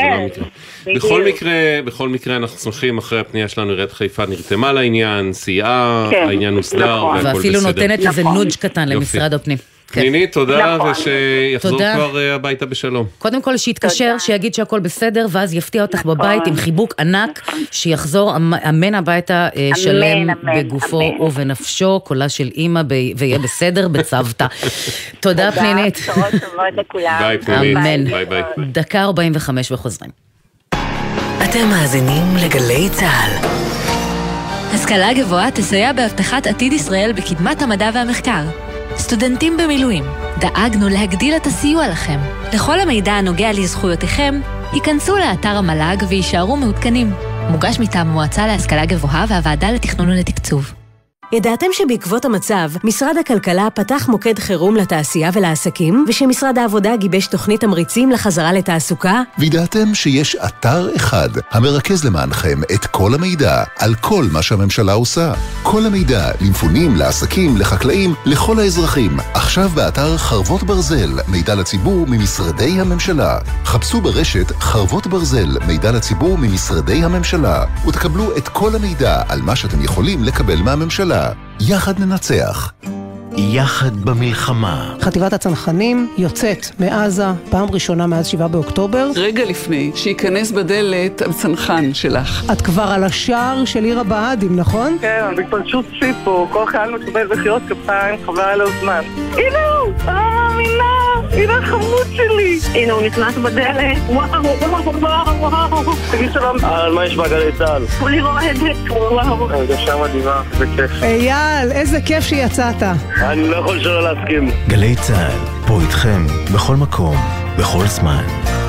בכל מקרה אנחנו שמחים אחרי הפנייה שלנו, עיריית חיפה נרתמה לעניין, סייעה, העניין הוסדר, ואפילו נותנת איזה נודג' קטן למשרד הפנים. פניני, תודה, ושיחזור כבר הביתה בשלום. קודם כל שיתקשר, שיגיד שהכל בסדר, ואז יפתיע אותך בבית עם חיבוק ענק, שיחזור אמן הביתה שלם בגופו ובנפשו, קולה של אמא, ויהיה בסדר בצוותא. תודה פנינית. תודה, טובות לכולם. ביי פנינית. ביי ביי. דקה 45 וחוזרים. אתם מאזינים לגלי צהל. השכלה גבוהה תסייע בהבטחת עתיד ישראל בקדמת המדע והמחקר. סטודנטים במילואים, דאגנו להגדיל את הסיוע לכם. לכל המידע הנוגע לזכויותיכם, היכנסו לאתר המל"ג וישארו מעודכנים. מוגש מטעם המועצה להשכלה גבוהה והוועדה לתכנון ולתקצוב. ידעתם שבעקבות המצב, משרד הכלכלה פתח מוקד חירום לתעשייה ולעסקים, ושמשרד העבודה גיבש תוכנית תמריצים לחזרה לתעסוקה? וידעתם שיש אתר אחד המרכז למענכם את כל המידע על כל מה שהממשלה עושה. כל המידע למפונים, לעסקים, לחקלאים, לכל האזרחים. עכשיו באתר חרבות ברזל, מידע לציבור ממשרדי הממשלה. חפשו ברשת חרבות ברזל, מידע לציבור ממשרדי הממשלה, ותקבלו את כל המידע על מה שאתם יכולים לקבל מהממשלה. יחד ננצח. יחד במלחמה. חטיבת הצנחנים יוצאת מעזה פעם ראשונה מאז 7 באוקטובר. רגע לפני שיכנס בדלת הצנחן שלך. את כבר על השער של עיר הבה"דים, נכון? כן, זה כבר פשוט סיפור. כל חייל מקבל בחירות כפיים, חבל עליו זמן. הנה הוא! אני לא מאמינה! הנה החמוד שלי! הנה הוא נכנס בדלת. וואו. תגיד שלום. מה יש בגלי צהל? כולי רועדת. וואו. הרגשה מדהימה, זה כיף. אייל, איזה כיף שיצאת. אני לא יכול שלא להסכים. גלי צהל, פה איתכם, בכל מקום, בכל זמן.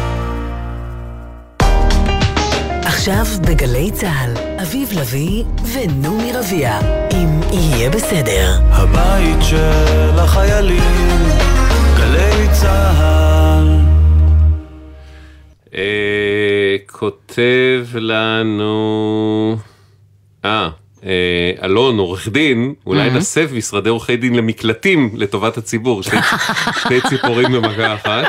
עכשיו בגלי צהל, אביב לוי ונעמי רביע, אם יהיה בסדר. הבית של החיילים, גלי צהל. כותב לנו... אלון, עורך דין, אולי נסב משרדי עורכי דין למקלטים לטובת הציבור, שתי ציפורים במגע אחת.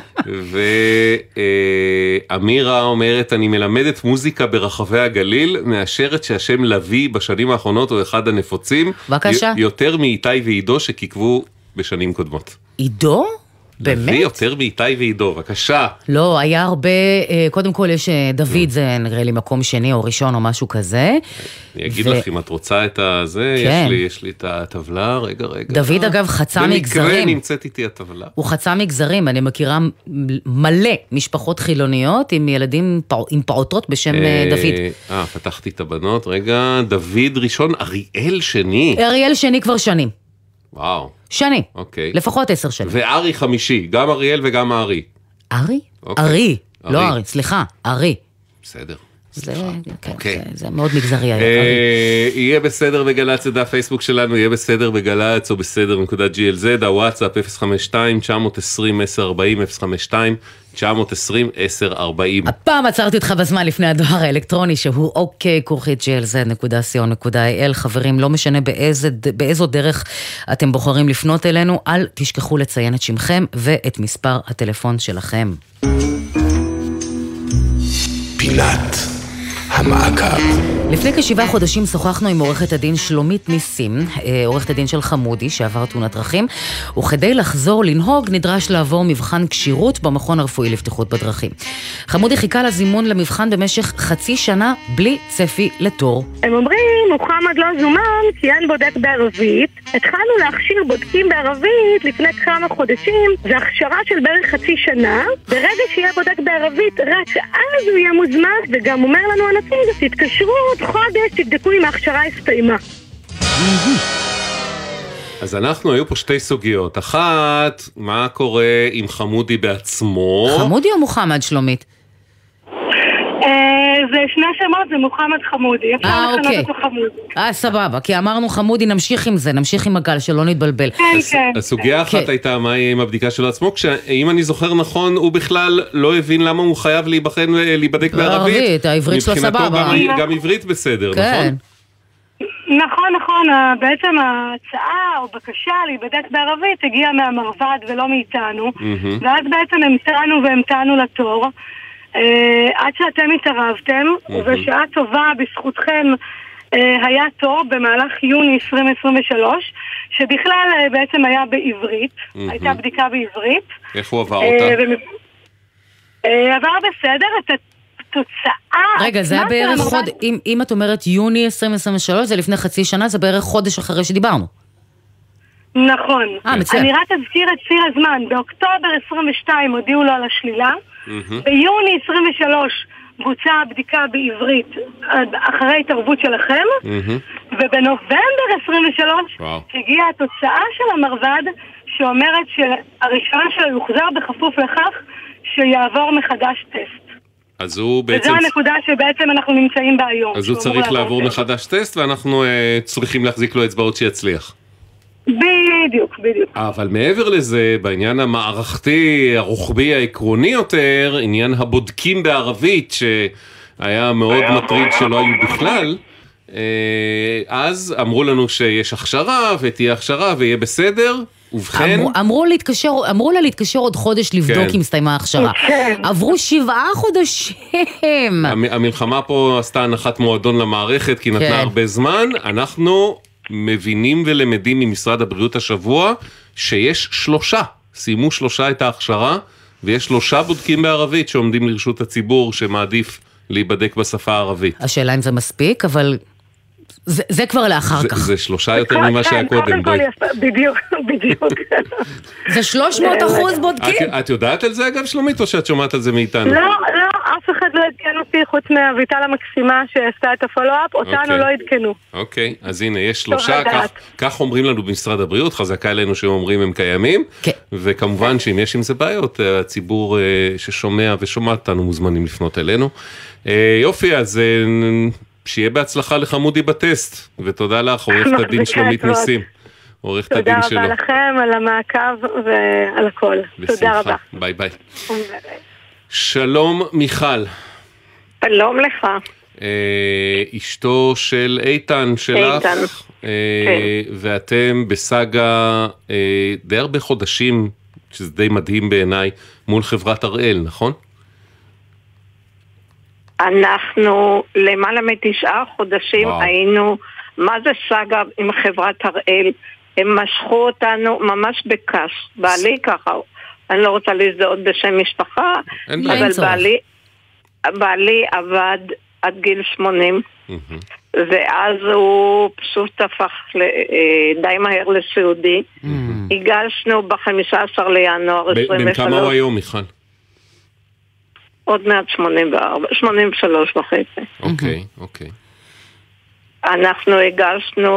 ואמירה אומרת, אני מלמדת מוזיקה ברחבי הגליל, מאשרת שהשם לוי בשנים האחרונות הוא אחד הנפוצים. בבקשה. יותר מאיתי ועידו שכיכבו בשנים קודמות. עידו? באמת? לוי יותר מאיתי ועידו, בבקשה. לא, היה הרבה, קודם כל יש דוד, זה נראה לי מקום שני או ראשון או משהו כזה. אני אגיד לך, אם את רוצה את זה, יש לי את הטבלה, רגע. דוד אגב חצה מגזרים. במקרה נמצאת איתי הטבלה. הוא חצה מגזרים, אני מכירה מלא משפחות חילוניות עם ילדים, עם פעוטות בשם דוד. פתחתי את הבנות, רגע, דוד ראשון, אריאל שני. אריאל שני כבר שנים. וואו. שני. אוקיי. לפחות 10 שנים. וארי חמישי, גם אריאל וגם ארי. ארי? ארי. לא ארי, סליחה, ארי. בסדר. זה מאוד מגזרי. יהיה בסדר בגלץ, זה דף פייסבוק שלנו, יהיה בסדר בגלץ או בסדר.glz, הוואטסאפ 052-920-1040, 052-920-1040. הפעם עצרתי אותך בזמן לפני הדואר האלקטרוני, שהוא ok@glz.co.il. חברים, לא משנה באיזו דרך אתם בוחרים לפנות אלינו, אל תשכחו לציין את שמכם ואת מספר הטלפון שלכם. פינת המעקב. לפני כ7 חודשים שוחחנו עם עורכת הדין שלומית ניסים, עורכת הדין של חמודי שעבר תאונת דרכים, וכדי לחזור לנהוג נדרש לעבור מבחן כשירות במכון הרפואי לבטיחות בדרכים. חמודי חיכה לזימון למבחן במשך חצי שנה בלי צפי לתור. הם אומרים, מוחמד לא זומן כי אין בודק בערבית. התחלנו להכשיר בודקים בערבית לפני כמה חודשים, זה הכשרה של בערך חצי שנה. ברגע שיהיה בודק בערבית רק אז הוא יהיה מוזמן, וגם אומר לנו הנציג, תתקשרו עוד חודש, תבדקו אם ההכשרה הסתיימה. אז אנחנו, היו פה שתי סוגיות. אחת, מה קורה עם חמודי בעצמו? חמודי או מוחמד, שלומית? זה שני שמות, זה מוחמד חמודי. אפשר לכנות אותו חמודי. סבבה, כי אמרנו חמודי, נמשיך עם זה, נמשיך עם הגל, שלא נתבלבל. כן, כן. הסוגיה אחת הייתה מה יהיה עם הבדיקה שלו עצמו, אם אני זוכר נכון, הוא בכלל לא הבין למה הוא חייב להיבדק בערבית. העברית שלו סבבה. מבחינתו גם עברית בסדר, נכון? נכון, בעצם ההצעה או בקשה להיבדק בערבית הגיעה מהמרב"ד ולא מאיתנו, ואז בעצם המתנו לתור, עד שאתם התערבתם, ובשעה טובה בזכותכם היה תור במהלך יוני 2023, שבכלל בעצם היה בעברית, הייתה בדיקה בעברית. איך הוא עבר אותה? עבר בסדר, את התוצאה... רגע, זה היה בערך חודש, אם את אומרת יוני 2023, זה לפני חצי שנה, זה בערך חודש אחרי שדיברנו. נכון. אני רק אזכיר את ציר הזמן, באוקטובר 22 הודיעו לו על השלילה, ביוני 23 בוצעה בדיקה בעברית אחרי התערבות שלכם, ובנובמבר 23 הגיעה התוצאה של המרב"ד שאומרת שהראשונה שלו יוחזר בכפוף לכך שיעבור מחדש טסט. אז הוא בעצם... וזו הנקודה שבעצם אנחנו נמצאים בה היום. אז הוא צריך לעבור מחדש טסט, ואנחנו צריכים להחזיק לו אצבעות שיצליח. בדיוק. אבל מעבר לזה, בעניין המערכתי, הרוחבי, העקרוני יותר, עניין הבודקים בערבית, שהיה מאוד מטריד שלא היו בכלל, אז אמרו לנו שיש הכשרה, ותהיה הכשרה, ויהיה בסדר, ובכן... אמרו לה להתקשר עוד חודש לבדוק אם הסתיימה ההכשרה. עברו 7 חודשים. המלחמה פה עשתה הנחת מועדון למערכת, כי נתנה הרבה זמן. אנחנו מבינים ולמדים ממשרד הבריאות השבוע, שיש 3, סיימו 3 את ההכשרה, ויש 3 בודקים בערבית שעומדים לרשות הציבור, שמעדיף להיבדק בשפה הערבית. השאלה אם זה מספיק, אבל... זה כבר לאחר כך. זה 3 יותר ממה שהיה קודם. בדיוק. זה 300% בודקים. את יודעת על זה אגב, שלומית, או שאת שומעת על זה מאיתנו? לא, אף אחד לא עדכן אותי חוץ מהאביטל המקסימה שעשתה את הפולו-אפ, אותנו לא עדכנו. אוקיי, אז הנה, יש 3, כך אומרים לנו במשרד הבריאות, חזקה אלינו שהם אומרים הם קיימים, וכמובן שאם יש עם זה בעיות, הציבור ששומע ושומע אותנו מוזמנים לפנות אלינו. יופי, אז... שיהיה בהצלחה לחמודי בטסט, ותודה לך, עורכת הדין שלומית ניסים. עורכת הדין שלו. תודה רבה לכם על המעקב ועל הכל. תודה רבה. ביי ביי. שלום מיכל. שלום לך. אשתו של איתן שלך, ואתם בסגה די הרבה חודשים, שזה די מדהים בעיניי, מול חברת הראל, נכון? אנחנו למעלה מ9 חודשים היינו, מה זה סגה עם חברת הראל? הם משכו אותנו ממש בקש. בעלי ככה, אני לא רוצה להזדהות בשם משפחה, אבל בעלי עבד עד גיל 80, ואז הוא פשוט הפך די מהר לסיעודי. הגשנו ב-15 לינואר 23. בין כמה הוא היום, מיכל? עוד מעט 83 וחצי. אוקיי. אנחנו הגשנו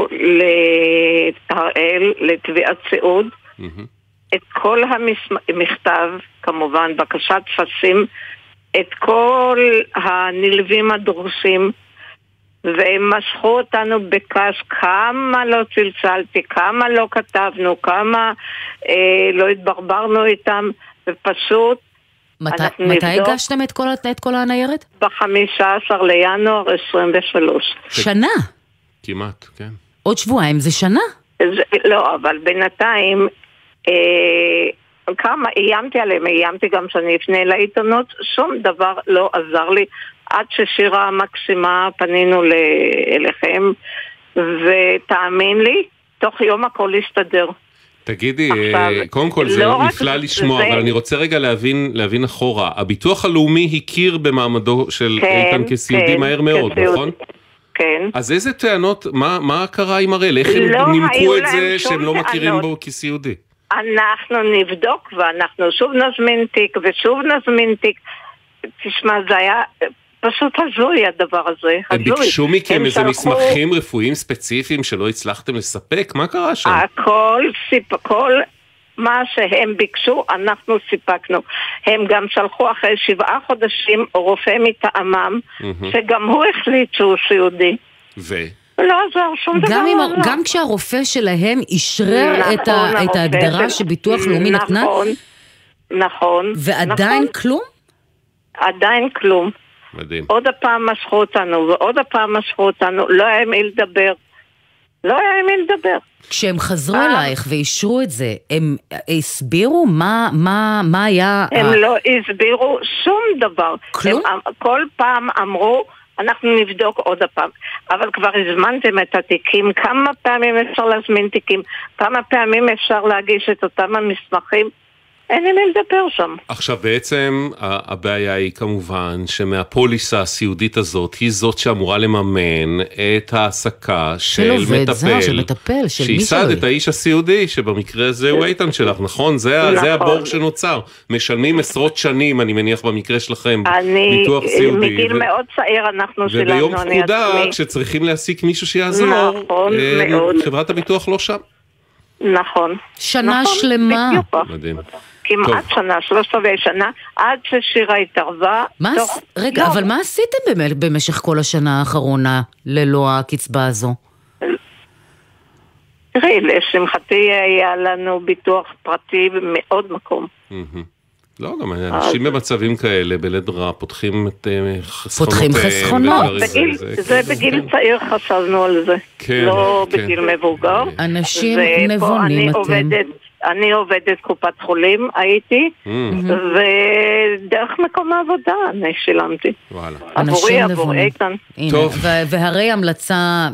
להראל, לתביעת סיעוד, את כל המכתב, כמובן, בקשת טפסים, את כל הנלווים הדורשים, והם משכו אותנו בקש, כמה לא צלצלתי, כמה לא כתבנו, כמה לא התברברנו איתם, ופשוט מתי הגשתם את כל הניירת? ב-15 לינואר 23. שנה? כמעט, כן. עוד שבועיים זה שנה? לא, אבל בינתיים כמה איימתי עליהם, איימתי גם שאני אפנה לעיתונות, שום דבר לא עזר לי, עד ששירה המקסימה פנינו אליכם, ותאמין לי, תוך יום הכל יסתדר. תגידי, קודם כל זה נפלא לשמוע, אבל אני רוצה רגע להבין אחורה. הביטוח הלאומי הכיר במעמדו של איתן כסיעודי מהר מאוד, נכון? כן. אז איזה טענות, מה קרה עם הראל? איך הם נימקו את זה שהם לא מכירים בו כסיעודי? אנחנו נבדוק ואנחנו שוב נזמין תיק ושוב נזמין תיק. תשמע, זה היה פשוט הזוי הדבר הזה. הם ביקשו מכם איזה מסמכים רפואיים ספציפיים שלא הצלחתם לספק? מה קרה שם? כל מה שהם ביקשו, אנחנו סיפקנו. הם גם שלחו אחרי 7 חודשים רופא מטעמם, שגם הוא החליט שהוא סיעודי. לא עזר שום דבר. גם כשהרופא שלהם אישרר את ההגדרה שביטוח לאומי נתנה? נכון. ועדיין כלום? עדיין כלום. מדהים. עוד הפעם משכו אותנו, ועוד הפעם משכו אותנו, לא היה מי לדבר. לא היה מי לדבר. כשהם חזרו אלייך ואישרו את זה, הם הסבירו מה היה... הם לא הסבירו שום דבר. כלום? כל פעם אמרו, אנחנו נבדוק עוד הפעם. אבל כבר הזמנתם את התיקים, כמה פעמים אפשר להזמין תיקים, כמה פעמים אפשר להגיש את אותם המסמכים, אין לי לדבר שם. עכשיו בעצם הבעיה היא כמובן שמהפוליסה הסיעודית הזאת היא זאת שאמורה לממן את העסקה של מטפל, שיסד את האיש הסיעודי, שבמקרה הזה הוא איתן שלך, נכון? זה הבור שנוצר. משלמים עשרות שנים, אני מניח במקרה שלכם, ביטוח סיעודי. מגיל מאוד צעיר אנחנו שלנו. וביום פקודה, כשצריכים להסיק מישהו שיעזור, חברת הביטוח לא שם. נכון. שנה שלמה. מדהים. כמעט שנה, 13 שנה, עד ששירה התערבה. רגע, אבל מה עשיתם במשך כל השנה האחרונה ללא הקצבה הזו? תראי, לשמחתי היה לנו ביטוח פרטי במאוד מקום. לא, גם אנשים במצבים כאלה, בלית רע, פותחים את חסכונות. פותחים חסכונות. זה בגיל צעיר חשבנו על זה. לא בגיל מבוגר. אנשים נבונים אתם. אני עובדת קופת חולים, הייתי, ודרך מקום העבודה אני שילמתי. עבור איתן. והרי המלצה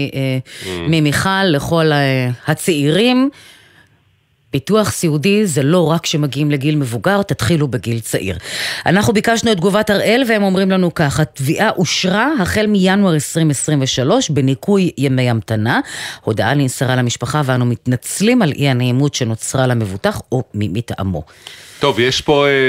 ממיכל לכל הצעירים, ביטוח סיעודי זה לא רק שמגיעים לגיל מבוגר, תתחילו בגיל צעיר. אנחנו ביקשנו את תגובת הראל והם אומרים לנו ככה, התביעה אושרה החל מינואר 2023 בניקוי ימי המתנה, הודעה נמסרה למשפחה ואנו מתנצלים על אי הנעימות שנוצרה למבוטח או מטעמו. טוב, יש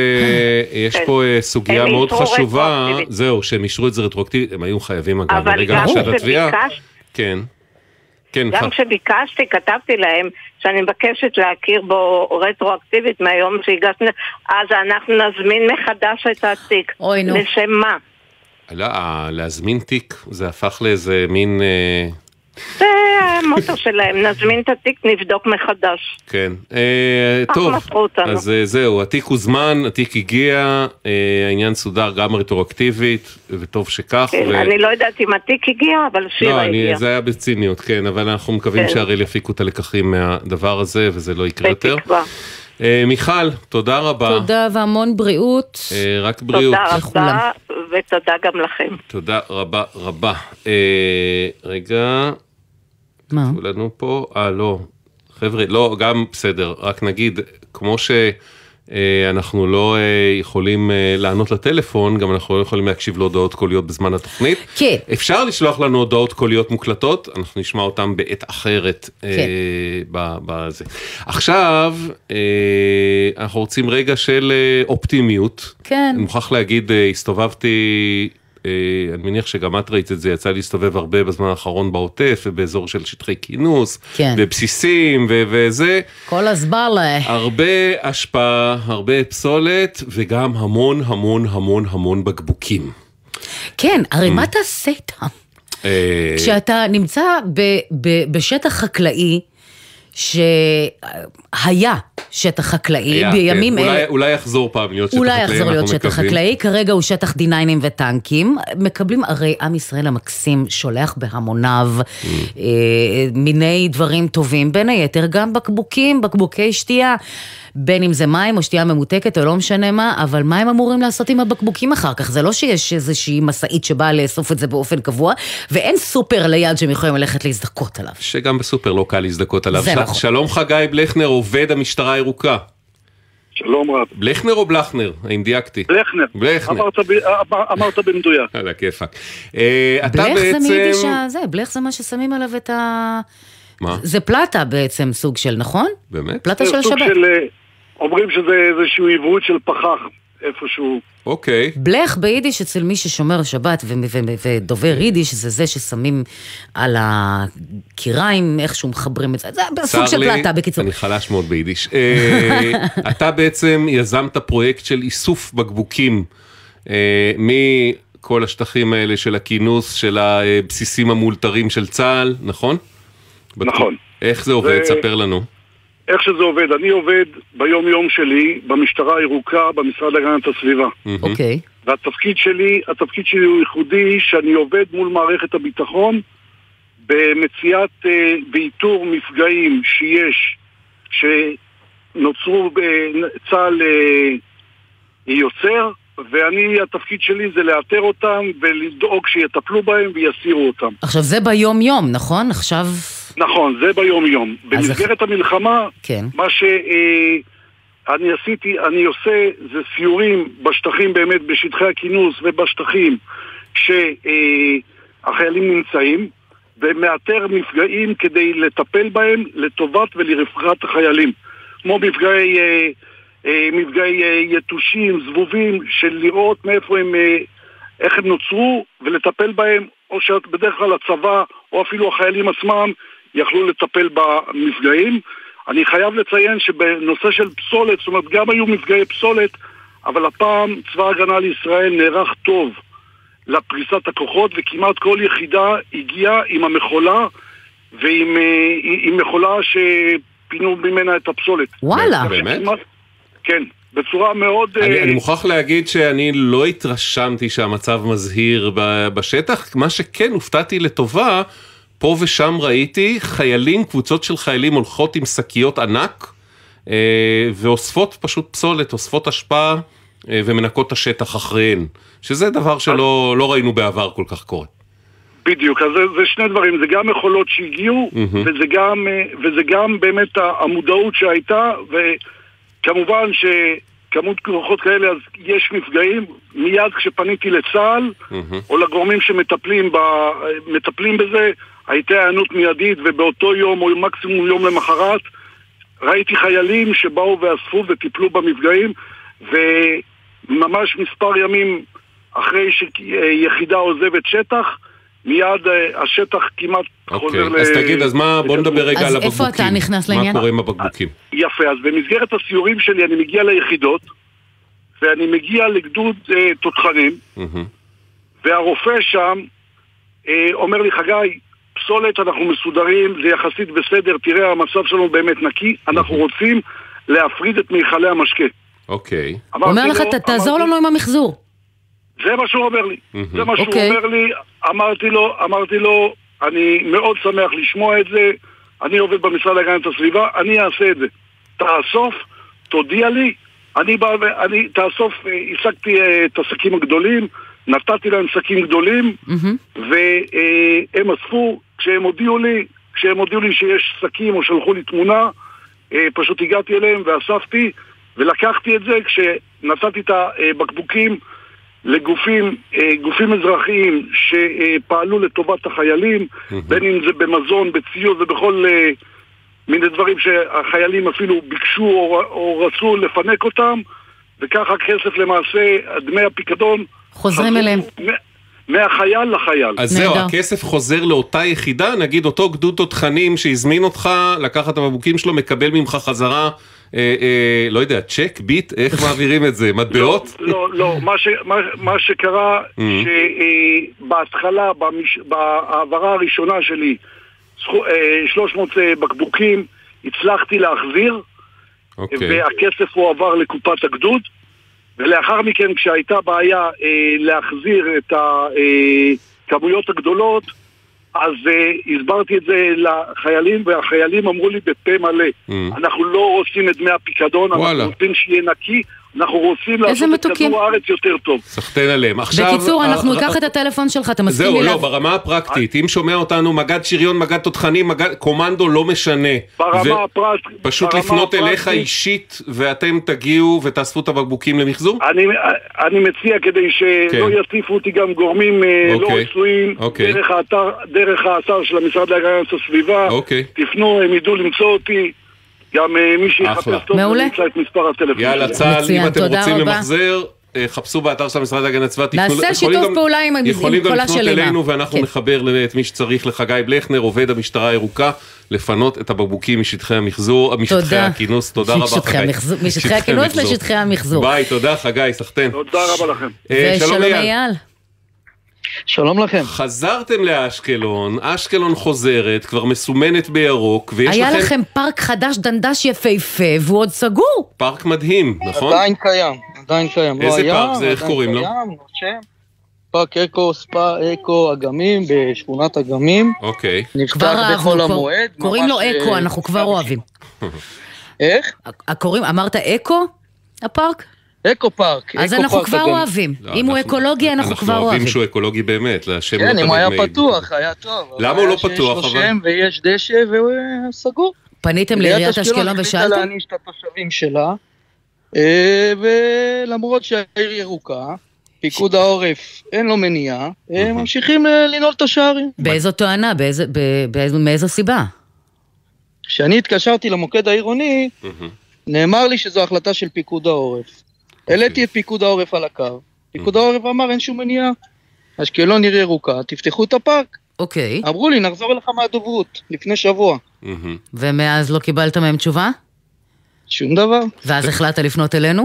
פה סוגיה מאוד חשובה, זהו, שהם אישרו את זה רטרואקטיבית, הם היו חייבים אגב, ברגע של התביעה. כן. גם כשביקשתי, כתבתי להם שאני מבקשת להכיר בו רטרואקטיבית מהיום שהגשנו, אז אנחנו נזמין מחדש את התיק. אוי נו. לשם מה? לא, להזמין תיק, זה הפך לאיזה מין... זה המוטו שלהם, נזמין את התיק, נבדוק מחדש. כן, טוב, אז זהו, התיק הוזמן, התיק הגיע, העניין סודר גם רטרואקטיבית, וטוב שכך. אני לא יודעת אם התיק הגיע, אבל שירה הגיע. זה היה בציניות, כן, אבל אנחנו מקווים שהרי יפיקו את הלקחים מהדבר הזה, וזה לא יקרה יותר. מיכל, תודה רבה. תודה והמון בריאות. רק בריאות. תודה רבה, ותודה גם לכם. תודה רבה רבה. רגע. מה? לנו פה, לא. חבר'ה, לא, גם בסדר. רק נגיד, כמו שאנחנו לא יכולים לענות לטלפון, גם אנחנו לא יכולים להקשיב להודעות קוליות בזמן התוכנית. כן. אפשר לשלוח לנו הודעות קוליות מוקלטות, אנחנו נשמע אותם בעת אחרת. כן. בזה. עכשיו, אנחנו רוצים רגע של אופטימיות. כן. אני מוכרח להגיד, הסתובבתי... אני מניח שגם את ראית את זה, יצא להסתובב הרבה בזמן האחרון בעוטף, ובאזור של שטחי כינוס, כן. ובסיסים, וזה. כל הסבלה. הרבה השפעה, הרבה פסולת, וגם המון המון המון המון בקבוקים. כן, הרי מה תעשה איתם? כשאתה נמצא בשטח חקלאי, שהיה שטח חקלאי בימים אלה. אולי יחזור פעם להיות שטח חקלאי. אולי יחזור להיות שטח חקלאי, כרגע הוא שטח D9 וטנקים, מקבלים הרי עם ישראל המקסים שולח בהמוניו מיני דברים טובים, בין היתר גם בקבוקים, בקבוקי שתייה, בין אם זה מים או שתייה ממותקת או לא משנה מה, אבל מה הם אמורים לעשות עם הבקבוקים אחר כך? זה לא שיש איזושהי מסעית שבאה לאסוף את זה באופן קבוע, ואין סופר ליד שהם יכולים ללכת להזדקות עליו. שגם בסופר לא קל להזדקות עליו. שלום חגי בלכנר, עובד המשטרה הירוקה. שלום רב. בלכנר או בלכנר? האם דייקתי? בלכנר. אמרת במדויק. על הכיפק. בלך זה מיידיש הזה, בלך זה מה ששמים עליו את ה... מה? זה פלטה בעצם סוג של, נכון? באמת? פלטה של סוג השבת. אומרים שזה איזשהו עברות של פחח. איפשהו. אוקיי. בלך ביידיש אצל מי ששומר שבת ודובר יידיש, זה ששמים על הקיריים, איכשהו מחברים את זה. זה סוג של פלטה, בקיצור. אני חלש מאוד ביידיש. אתה בעצם יזמת פרויקט של איסוף בקבוקים, מכל השטחים האלה של הכינוס, של הבסיסים המאולתרים של צה"ל, נכון? נכון. איך זה עובד? ספר לנו. איך שזה עובד, אני עובד ביום יום שלי במשטרה הירוקה במשרד להגנת הסביבה. אוקיי. והתפקיד שלי הוא ייחודי, שאני עובד מול מערכת הביטחון במציאת ואיתור מפגעים שנוצרו בצה"ל יוצר, ואני, התפקיד שלי זה לאתר אותם ולדאוג שיטפלו בהם ויסירו אותם. עכשיו זה ביום יום, נכון? עכשיו... נכון, זה ביום יום. במסגרת המלחמה, כן. מה שאני עושה זה סיורים בשטחים באמת, בשטחי הכינוס ובשטחים שהחיילים נמצאים, ומאתר מפגעים כדי לטפל בהם לטובת ולרווחת החיילים. כמו מפגעי יתושים, זבובים, של לראות מאיפה הם, איך הם נוצרו ולטפל בהם, או שבדרך כלל הצבא או אפילו החיילים עצמם יכלו לטפל במפגעים. אני חייב לציין שבנושא של פסולת, זאת אומרת גם היו מפגעי פסולת, אבל הפעם צבא ההגנה לישראל נערך טוב לפריסת הכוחות, וכמעט כל יחידה הגיעה עם המכולה ועם מכולה שפינו ממנה את הפסולת. וואלה. באמת? כן, בצורה מאוד... אני מוכרח להגיד שאני לא התרשמתי שהמצב מזהיר בשטח, מה שכן הופתעתי לטובה, פה ושם ראיתי חיילים, קבוצות של חיילים הולכות עם שקיות ענק, ואוספות פשוט פסולת, אוספות השפעה, ומנקות את השטח אחריהן, שזה דבר שלא ראינו בעבר כל כך קורה. בדיוק, אז זה שני דברים, זה גם יכולות שהגיעו, וזה גם באמת המודעות שהייתה, וכמובן שכמות כוחות כאלה, אז יש מפגעים, מיד כשפניתי לצה"ל, או לגורמים שמטפלים בזה, הייתה הענות מיידית, ובאותו יום או מקסימום יום למחרת, ראיתי חיילים שבאו ואספו וטיפלו במפגעים, וממש מספר ימים אחרי שיחידה עוזבת שטח, מיד השטח כמעט חוזר אז תגיד, אז בוא נדבר רגע על הבקבוקים. אז איפה אתה נכנס לעניין? מה קורה עם הבקבוקים? יפה, אז במסגרת הסיורים שלי אני מגיע ליחידות, ואני מגיע לגדוד תותחנים, והרופא שם אומר לי, חגי, פסולת אנחנו מסודרים, זה יחסית בסדר, תראה המצב שלנו באמת נקי, אנחנו רוצים להפריד את מיכלי המשקה. אוקיי. אומר לך, תעזור לנו עם המחזור. זה מה שהוא אומר לי. זה מה שהוא אומר לי, אמרתי לו, אני מאוד שמח לשמוע את זה, אני עובד במשרד להגנת הסביבה, אני אעשה את זה. תאסוף, תודיע לי, תאסוף, השגתי את השקים הגדולים, נתתי להם שקים גדולים, והם אספו, כשהם הודיעו לי שיש שקים או שלחו לי תמונה, פשוט הגעתי אליהם ואספתי, ולקחתי את זה כשנתתי את הבקבוקים לגופים אזרחיים שפעלו לטובת החיילים, בין אם זה במזון, בציוד ובכל מיני דברים שהחיילים אפילו ביקשו או רצו לפנק אותם, וככה כסף למעשה, דמי הפיקדון חוזרים אליהם. מהחייל לחייל. אז זהו, הכסף חוזר לאותה יחידה, נגיד אותו גדוד תותחנים שהזמין אותך לקחת את הבקבוקים שלו, מקבל ממך חזרה, לא יודע, צ'ק, ביט, איך מעבירים את זה? מטבעות? לא, מה שקרה שבהתחלה, בהעברה הראשונה שלי, 300 בקבוקים, הצלחתי להחזיר, והכסף הוא עבר לקופת הגדוד, ולאחר מכן כשהייתה בעיה להחזיר את הכמויות הגדולות, אז הסברתי את זה לחיילים, והחיילים אמרו לי בפה מלא, אנחנו לא רוצים את דמי הפיקדון, אנחנו רוצים שיהיה נקי, אנחנו רוצים לעשות את כדור הארץ יותר טוב. סחתן עליהם. בקיצור, אנחנו ניקח את הטלפון שלך, אתה מסכים לי? זהו, לא, ברמה הפרקטית, אם שומע אותנו מגד שריון, מגד תותחנים, קומנדו לא משנה. ברמה הפרקטית. פשוט לפנות אליך אישית, ואתם תגיעו ותאספו את הבקבוקים למחזור? אני מציע כדי שלא יציפו אותי גם גורמים לא רצויים, דרך האתר של המשרד להגנת הסביבה, תפנו, הם ידעו למצוא אותי. גם מי שיחפש טוב, נמצא את מספר הטלפון. יאללה, צהל, אם אתם רוצים למחזר, חפשו באתר של המשרד להגנת הסביבה. נעשה שיתוף פעולה עם קולה של אמא. יכולים גם לפנות אלינו, ואנחנו נחבר את מי שצריך לחגי בלכנר, עובד המשטרה הירוקה, לפנות את הבקבוקים משטחי המחזור, משטחי הכינוס. תודה רבה, חגי. משטחי הכינוס לשטחי המחזור. ביי, תודה, חגי, סחטן. תודה רבה לכם. ושלום אייל. שלום לכם. חזרתם לאשקלון, אשקלון חוזרת, כבר מסומנת בירוק, היה לכם פארק חדש דנדש יפהפה, והוא עוד סגור. פארק מדהים, נכון? עדיין קיים. איזה פארק זה, איך קוראים לו? פארק אקו, ספא אקו אגמים, בשכונת אגמים. אוקיי. נפתח בחול המועד. קוראים לו אקו, אנחנו כבר אוהבים. איך? אמרת אקו, הפארק? אקו פארק. אז אנחנו כבר אוהבים. אם הוא אקולוגי, אנחנו כבר אוהבים. אנחנו אוהבים שהוא אקולוגי באמת, לשם לא תמיד מעיד. כן, אם הוא היה פתוח, היה טוב. למה הוא לא פתוח, אבל? יש לו שם ויש דשא והוא סגור. פניתם לעיריית אשקלון ושאלתם? החליטה להעניש את התושבים שלה, ולמרות שהעיר ירוקה, פיקוד העורף אין לו מניעה, הם ממשיכים לנעול את השערים. באיזו טוענה? מאיזו סיבה? כשאני התקשרתי למוקד העירוני, נאמר לי שזו החלטה של פיקוד העורף. העליתי את פיקוד העורף על הקו. פיקוד העורף אמר, אין שום מניעה. אשקלון עיר ירוקה, תפתחו את הפארק. אוקיי. אמרו לי, נחזור אליך מהדוברות, לפני שבוע. ומאז לא קיבלת מהם תשובה? שום דבר. ואז החלטת לפנות אלינו?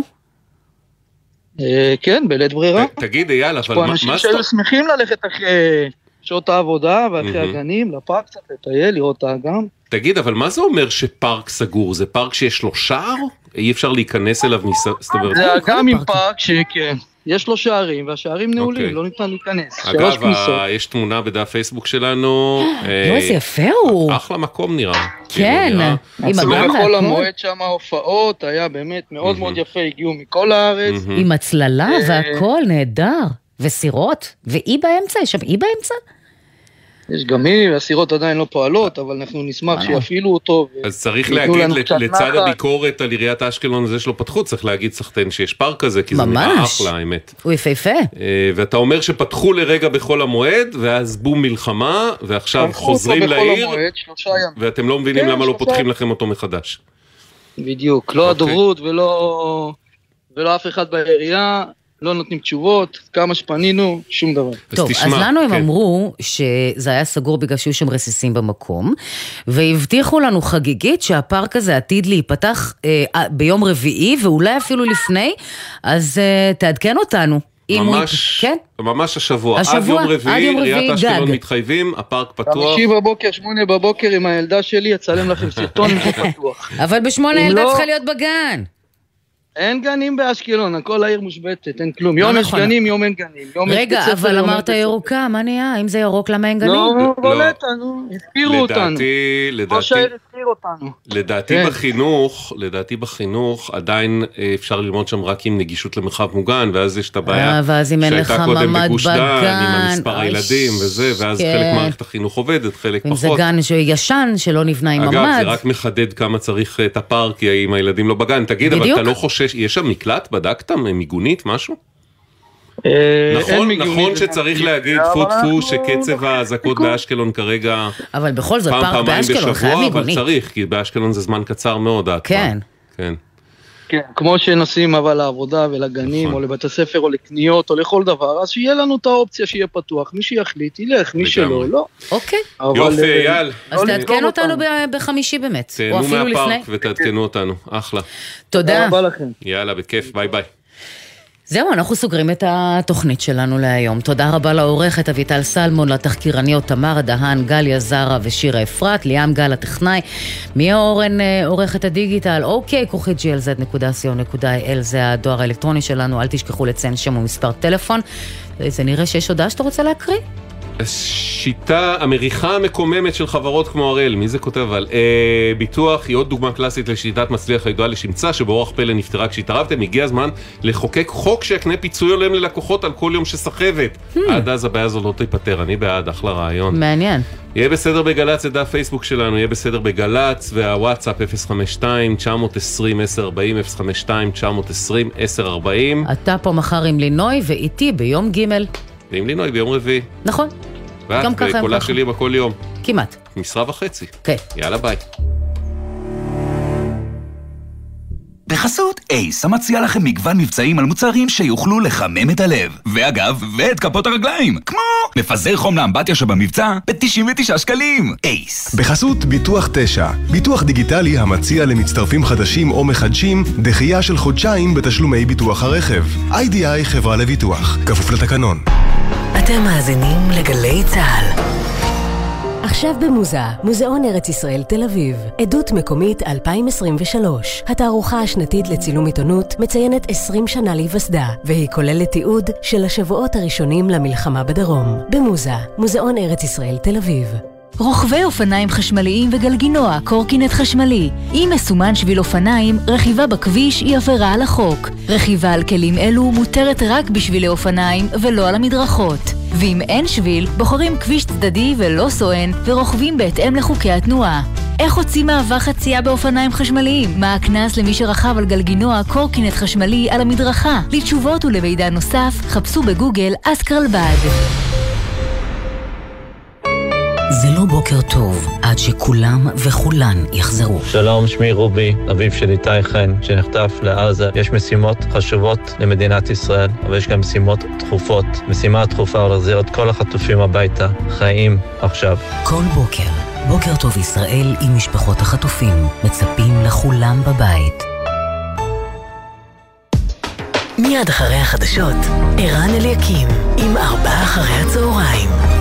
כן, בלית ברירה. תגיד, אייל, אבל יש פה אנשים שהיו שמחים ללכת אחרי שעות העבודה ואחרי הגנים, לפארק קצת לטייל, לראות את האגם. תגיד, אבל מה זה אומר שפארק סגור? זה פארק שיש לו שער? אי אפשר להיכנס אליו זה אגם עם פארק שיש לו שערים, והשערים נעולים, לא ניתן להיכנס. אגב, יש תמונה בדף פייסבוק שלנו. איזה יפה הוא. אחלה מקום נראה. כן. בכל המועד שם ההופעות, היה באמת מאוד מאוד יפה, הגיעו מכל הארץ. עם הצללה והכל נהדר. וסירות, ואי באמצע, יש שם אי באמצע? יש גם אי, והסירות עדיין לא פועלות, אבל אנחנו נשמח שיפעילו אותו. אז צריך להגיד, לצד הביקורת על עיריית אשקלון הזה שלא פתחו, צריך להגיד סחטן שיש פארק כזה, כי זה נראה אחלה, האמת. הוא יפהפה. ואתה אומר שפתחו לרגע בחול המועד, ואז בום מלחמה, ועכשיו חוזרים לעיר, ואתם לא מבינים למה לא פותחים לכם אותו מחדש. בדיוק, לא הדוברות ולא אף אחד בעירייה, לא נותנים תשובות, כמה שפנינו, שום דבר. טוב, אז לנו הם אמרו שזה היה סגור בגלל שהיו שם רסיסים במקום, והבטיחו לנו חגיגית שהפארק הזה עתיד להיפתח ביום רביעי, ואולי אפילו לפני, אז תעדכן אותנו. ממש השבוע, עד יום רביעי, עיריית אשקלון מתחייבים, הפארק פתוח. 5 בבוקר, 8 בבוקר עם הילדה שלי, יצלם לכם סרטון שפתוח. אבל ב8 הילדה צריכה להיות בגן. אין גנים באשקלון, הכל העיר מושבתת, אין כלום. יום יש גנים, יום אין גנים. רגע, אבל אמרת ירוקה, מה נהיה? אם זה ירוק, למה אין גנים? לא, בולט לנו, הספירו אותנו. ראש העיר הספיר אותנו. לדעתי בחינוך, עדיין אפשר ללמוד שם רק עם נגישות למרחב מוגן, ואז יש את הבעיה שהייתה קודם בגוש דן, עם המספר הילדים וזה, ואז חלק מערכת החינוך עובדת, חלק פחות. אם זה גן ישן, שלא נבנה עם ממ"ד. אגב, זה רק מחדד כמה צריך את הפארק, אם הילדים לא בגן. תגיד, אבל אתה לא חושש, יש שם מקלט? בדקת? מיגונית? משהו? נכון שצריך להגיד טפו שקצב ההזקות באשקלון כרגע אבל בכל זאת פארק באשקלון חייב מיגונית. אבל צריך, כי באשקלון זה זמן קצר מאוד. כן. כן, כמו שנוסעים אבל לעבודה ולגנים או לבית הספר או לקניות או לכל דבר, אז שיהיה לנו את האופציה שיהיה פתוח, מי שיחליט ילך, מי שלא, לא. אוקיי. יופי, אייל. אז תעדכן אותנו בחמישי באמת, או אפילו לפני. תהנו מהפארק ותעדכנו אותנו, אחלה. תודה. יאללה, בכיף, ביי ביי. זהו, אנחנו סוגרים את התוכנית שלנו להיום. תודה רבה לעורכת אביטל סלמון, לתחקירניות תמר דהן, גליה זרה ושירה אפרת, ליאם גל הטכנאי, מיה אורן עורכת הדיגיטל, ok@glz.co.il זה הדואר האלקטרוני שלנו, אל תשכחו לציין שם ומספר טלפון. זה נראה שיש הודעה שאתה רוצה להקריא? שיטה, המריחה המקוממת של חברות כמו הראל, מי זה כותב על? ביטוח היא עוד דוגמה קלאסית לשיטת מצליח הידועה לשמצה, שבאורח פלא נפטרה כשהתערבתם, הגיע הזמן לחוקק חוק שיקנה פיצוי הולם ללקוחות על כל יום שסחבת. עד אז הבעיה הזו לא תיפטר, אני בעד, אחלה רעיון. מעניין. יהיה בסדר בגלץ, זה דף פייסבוק שלנו, יהיה בסדר בגלץ, והוואטסאפ 052-920-1040, 052-920-1040. אתה פה מחר עם לינוי ואיתי ביום ג' ועם לינוי ביום רביעי. נכון. גם ככה. וקולה שלי בכל יום. כמעט. 1.5 משרה. כן. יאללה ביי. בחסות אייס, המציע לכם מגוון מבצעים על מוצרים שיוכלו לחמם את הלב. ואגב, ואת כפות הרגליים. כמו מפזר חום לאמבטיה שבמבצע ב-99 שקלים. אייס. בחסות ביטוח 9, ביטוח דיגיטלי המציע למצטרפים חדשים או מחדשים דחייה של חודשיים בתשלומי ביטוח הרכב. איי-די-איי חברה לביטוח, כפוף לתקנון. אתם מאזינים לגלי צהל. עכשיו במוזה, מוזיאון ארץ ישראל תל אביב, עדות מקומית 2023. התערוכה השנתית לצילום עיתונות מציינת 20 שנה להיווסדה, והיא כוללת תיעוד של השבועות הראשונים למלחמה בדרום. במוזה, מוזיאון ארץ ישראל תל אביב. רוכבי אופניים חשמליים וגלגינוע, קורקינט חשמלי. אם מסומן שביל אופניים, רכיבה בכביש היא עבירה על החוק. רכיבה על כלים אלו מותרת רק בשבילי אופניים ולא על המדרכות. ואם אין שביל, בוחרים כביש צדדי ולא סואן ורוכבים בהתאם לחוקי התנועה. איך הוציא מעבר חצייה באופניים חשמליים? מה הכנס למי שרכב על גלגינוע קורקינט חשמלי על המדרכה? לתשובות ולמידע נוסף, חפשו בגוגל אסקרלבד. זה לא בוקר טוב עד שכולם וכולן יחזרו. שלום, שמי רובי, אביו של איתי חן, שנחטף לעזה. יש משימות חשובות למדינת ישראל, אבל יש גם משימות דחופות. משימה הדחופה היא להחזיר את כל החטופים הביתה, חיים עכשיו. כל בוקר, בוקר טוב ישראל עם משפחות החטופים, מצפים לכולם בבית. מיד אחרי החדשות, ערן אליקים עם 4 אחרי הצהריים.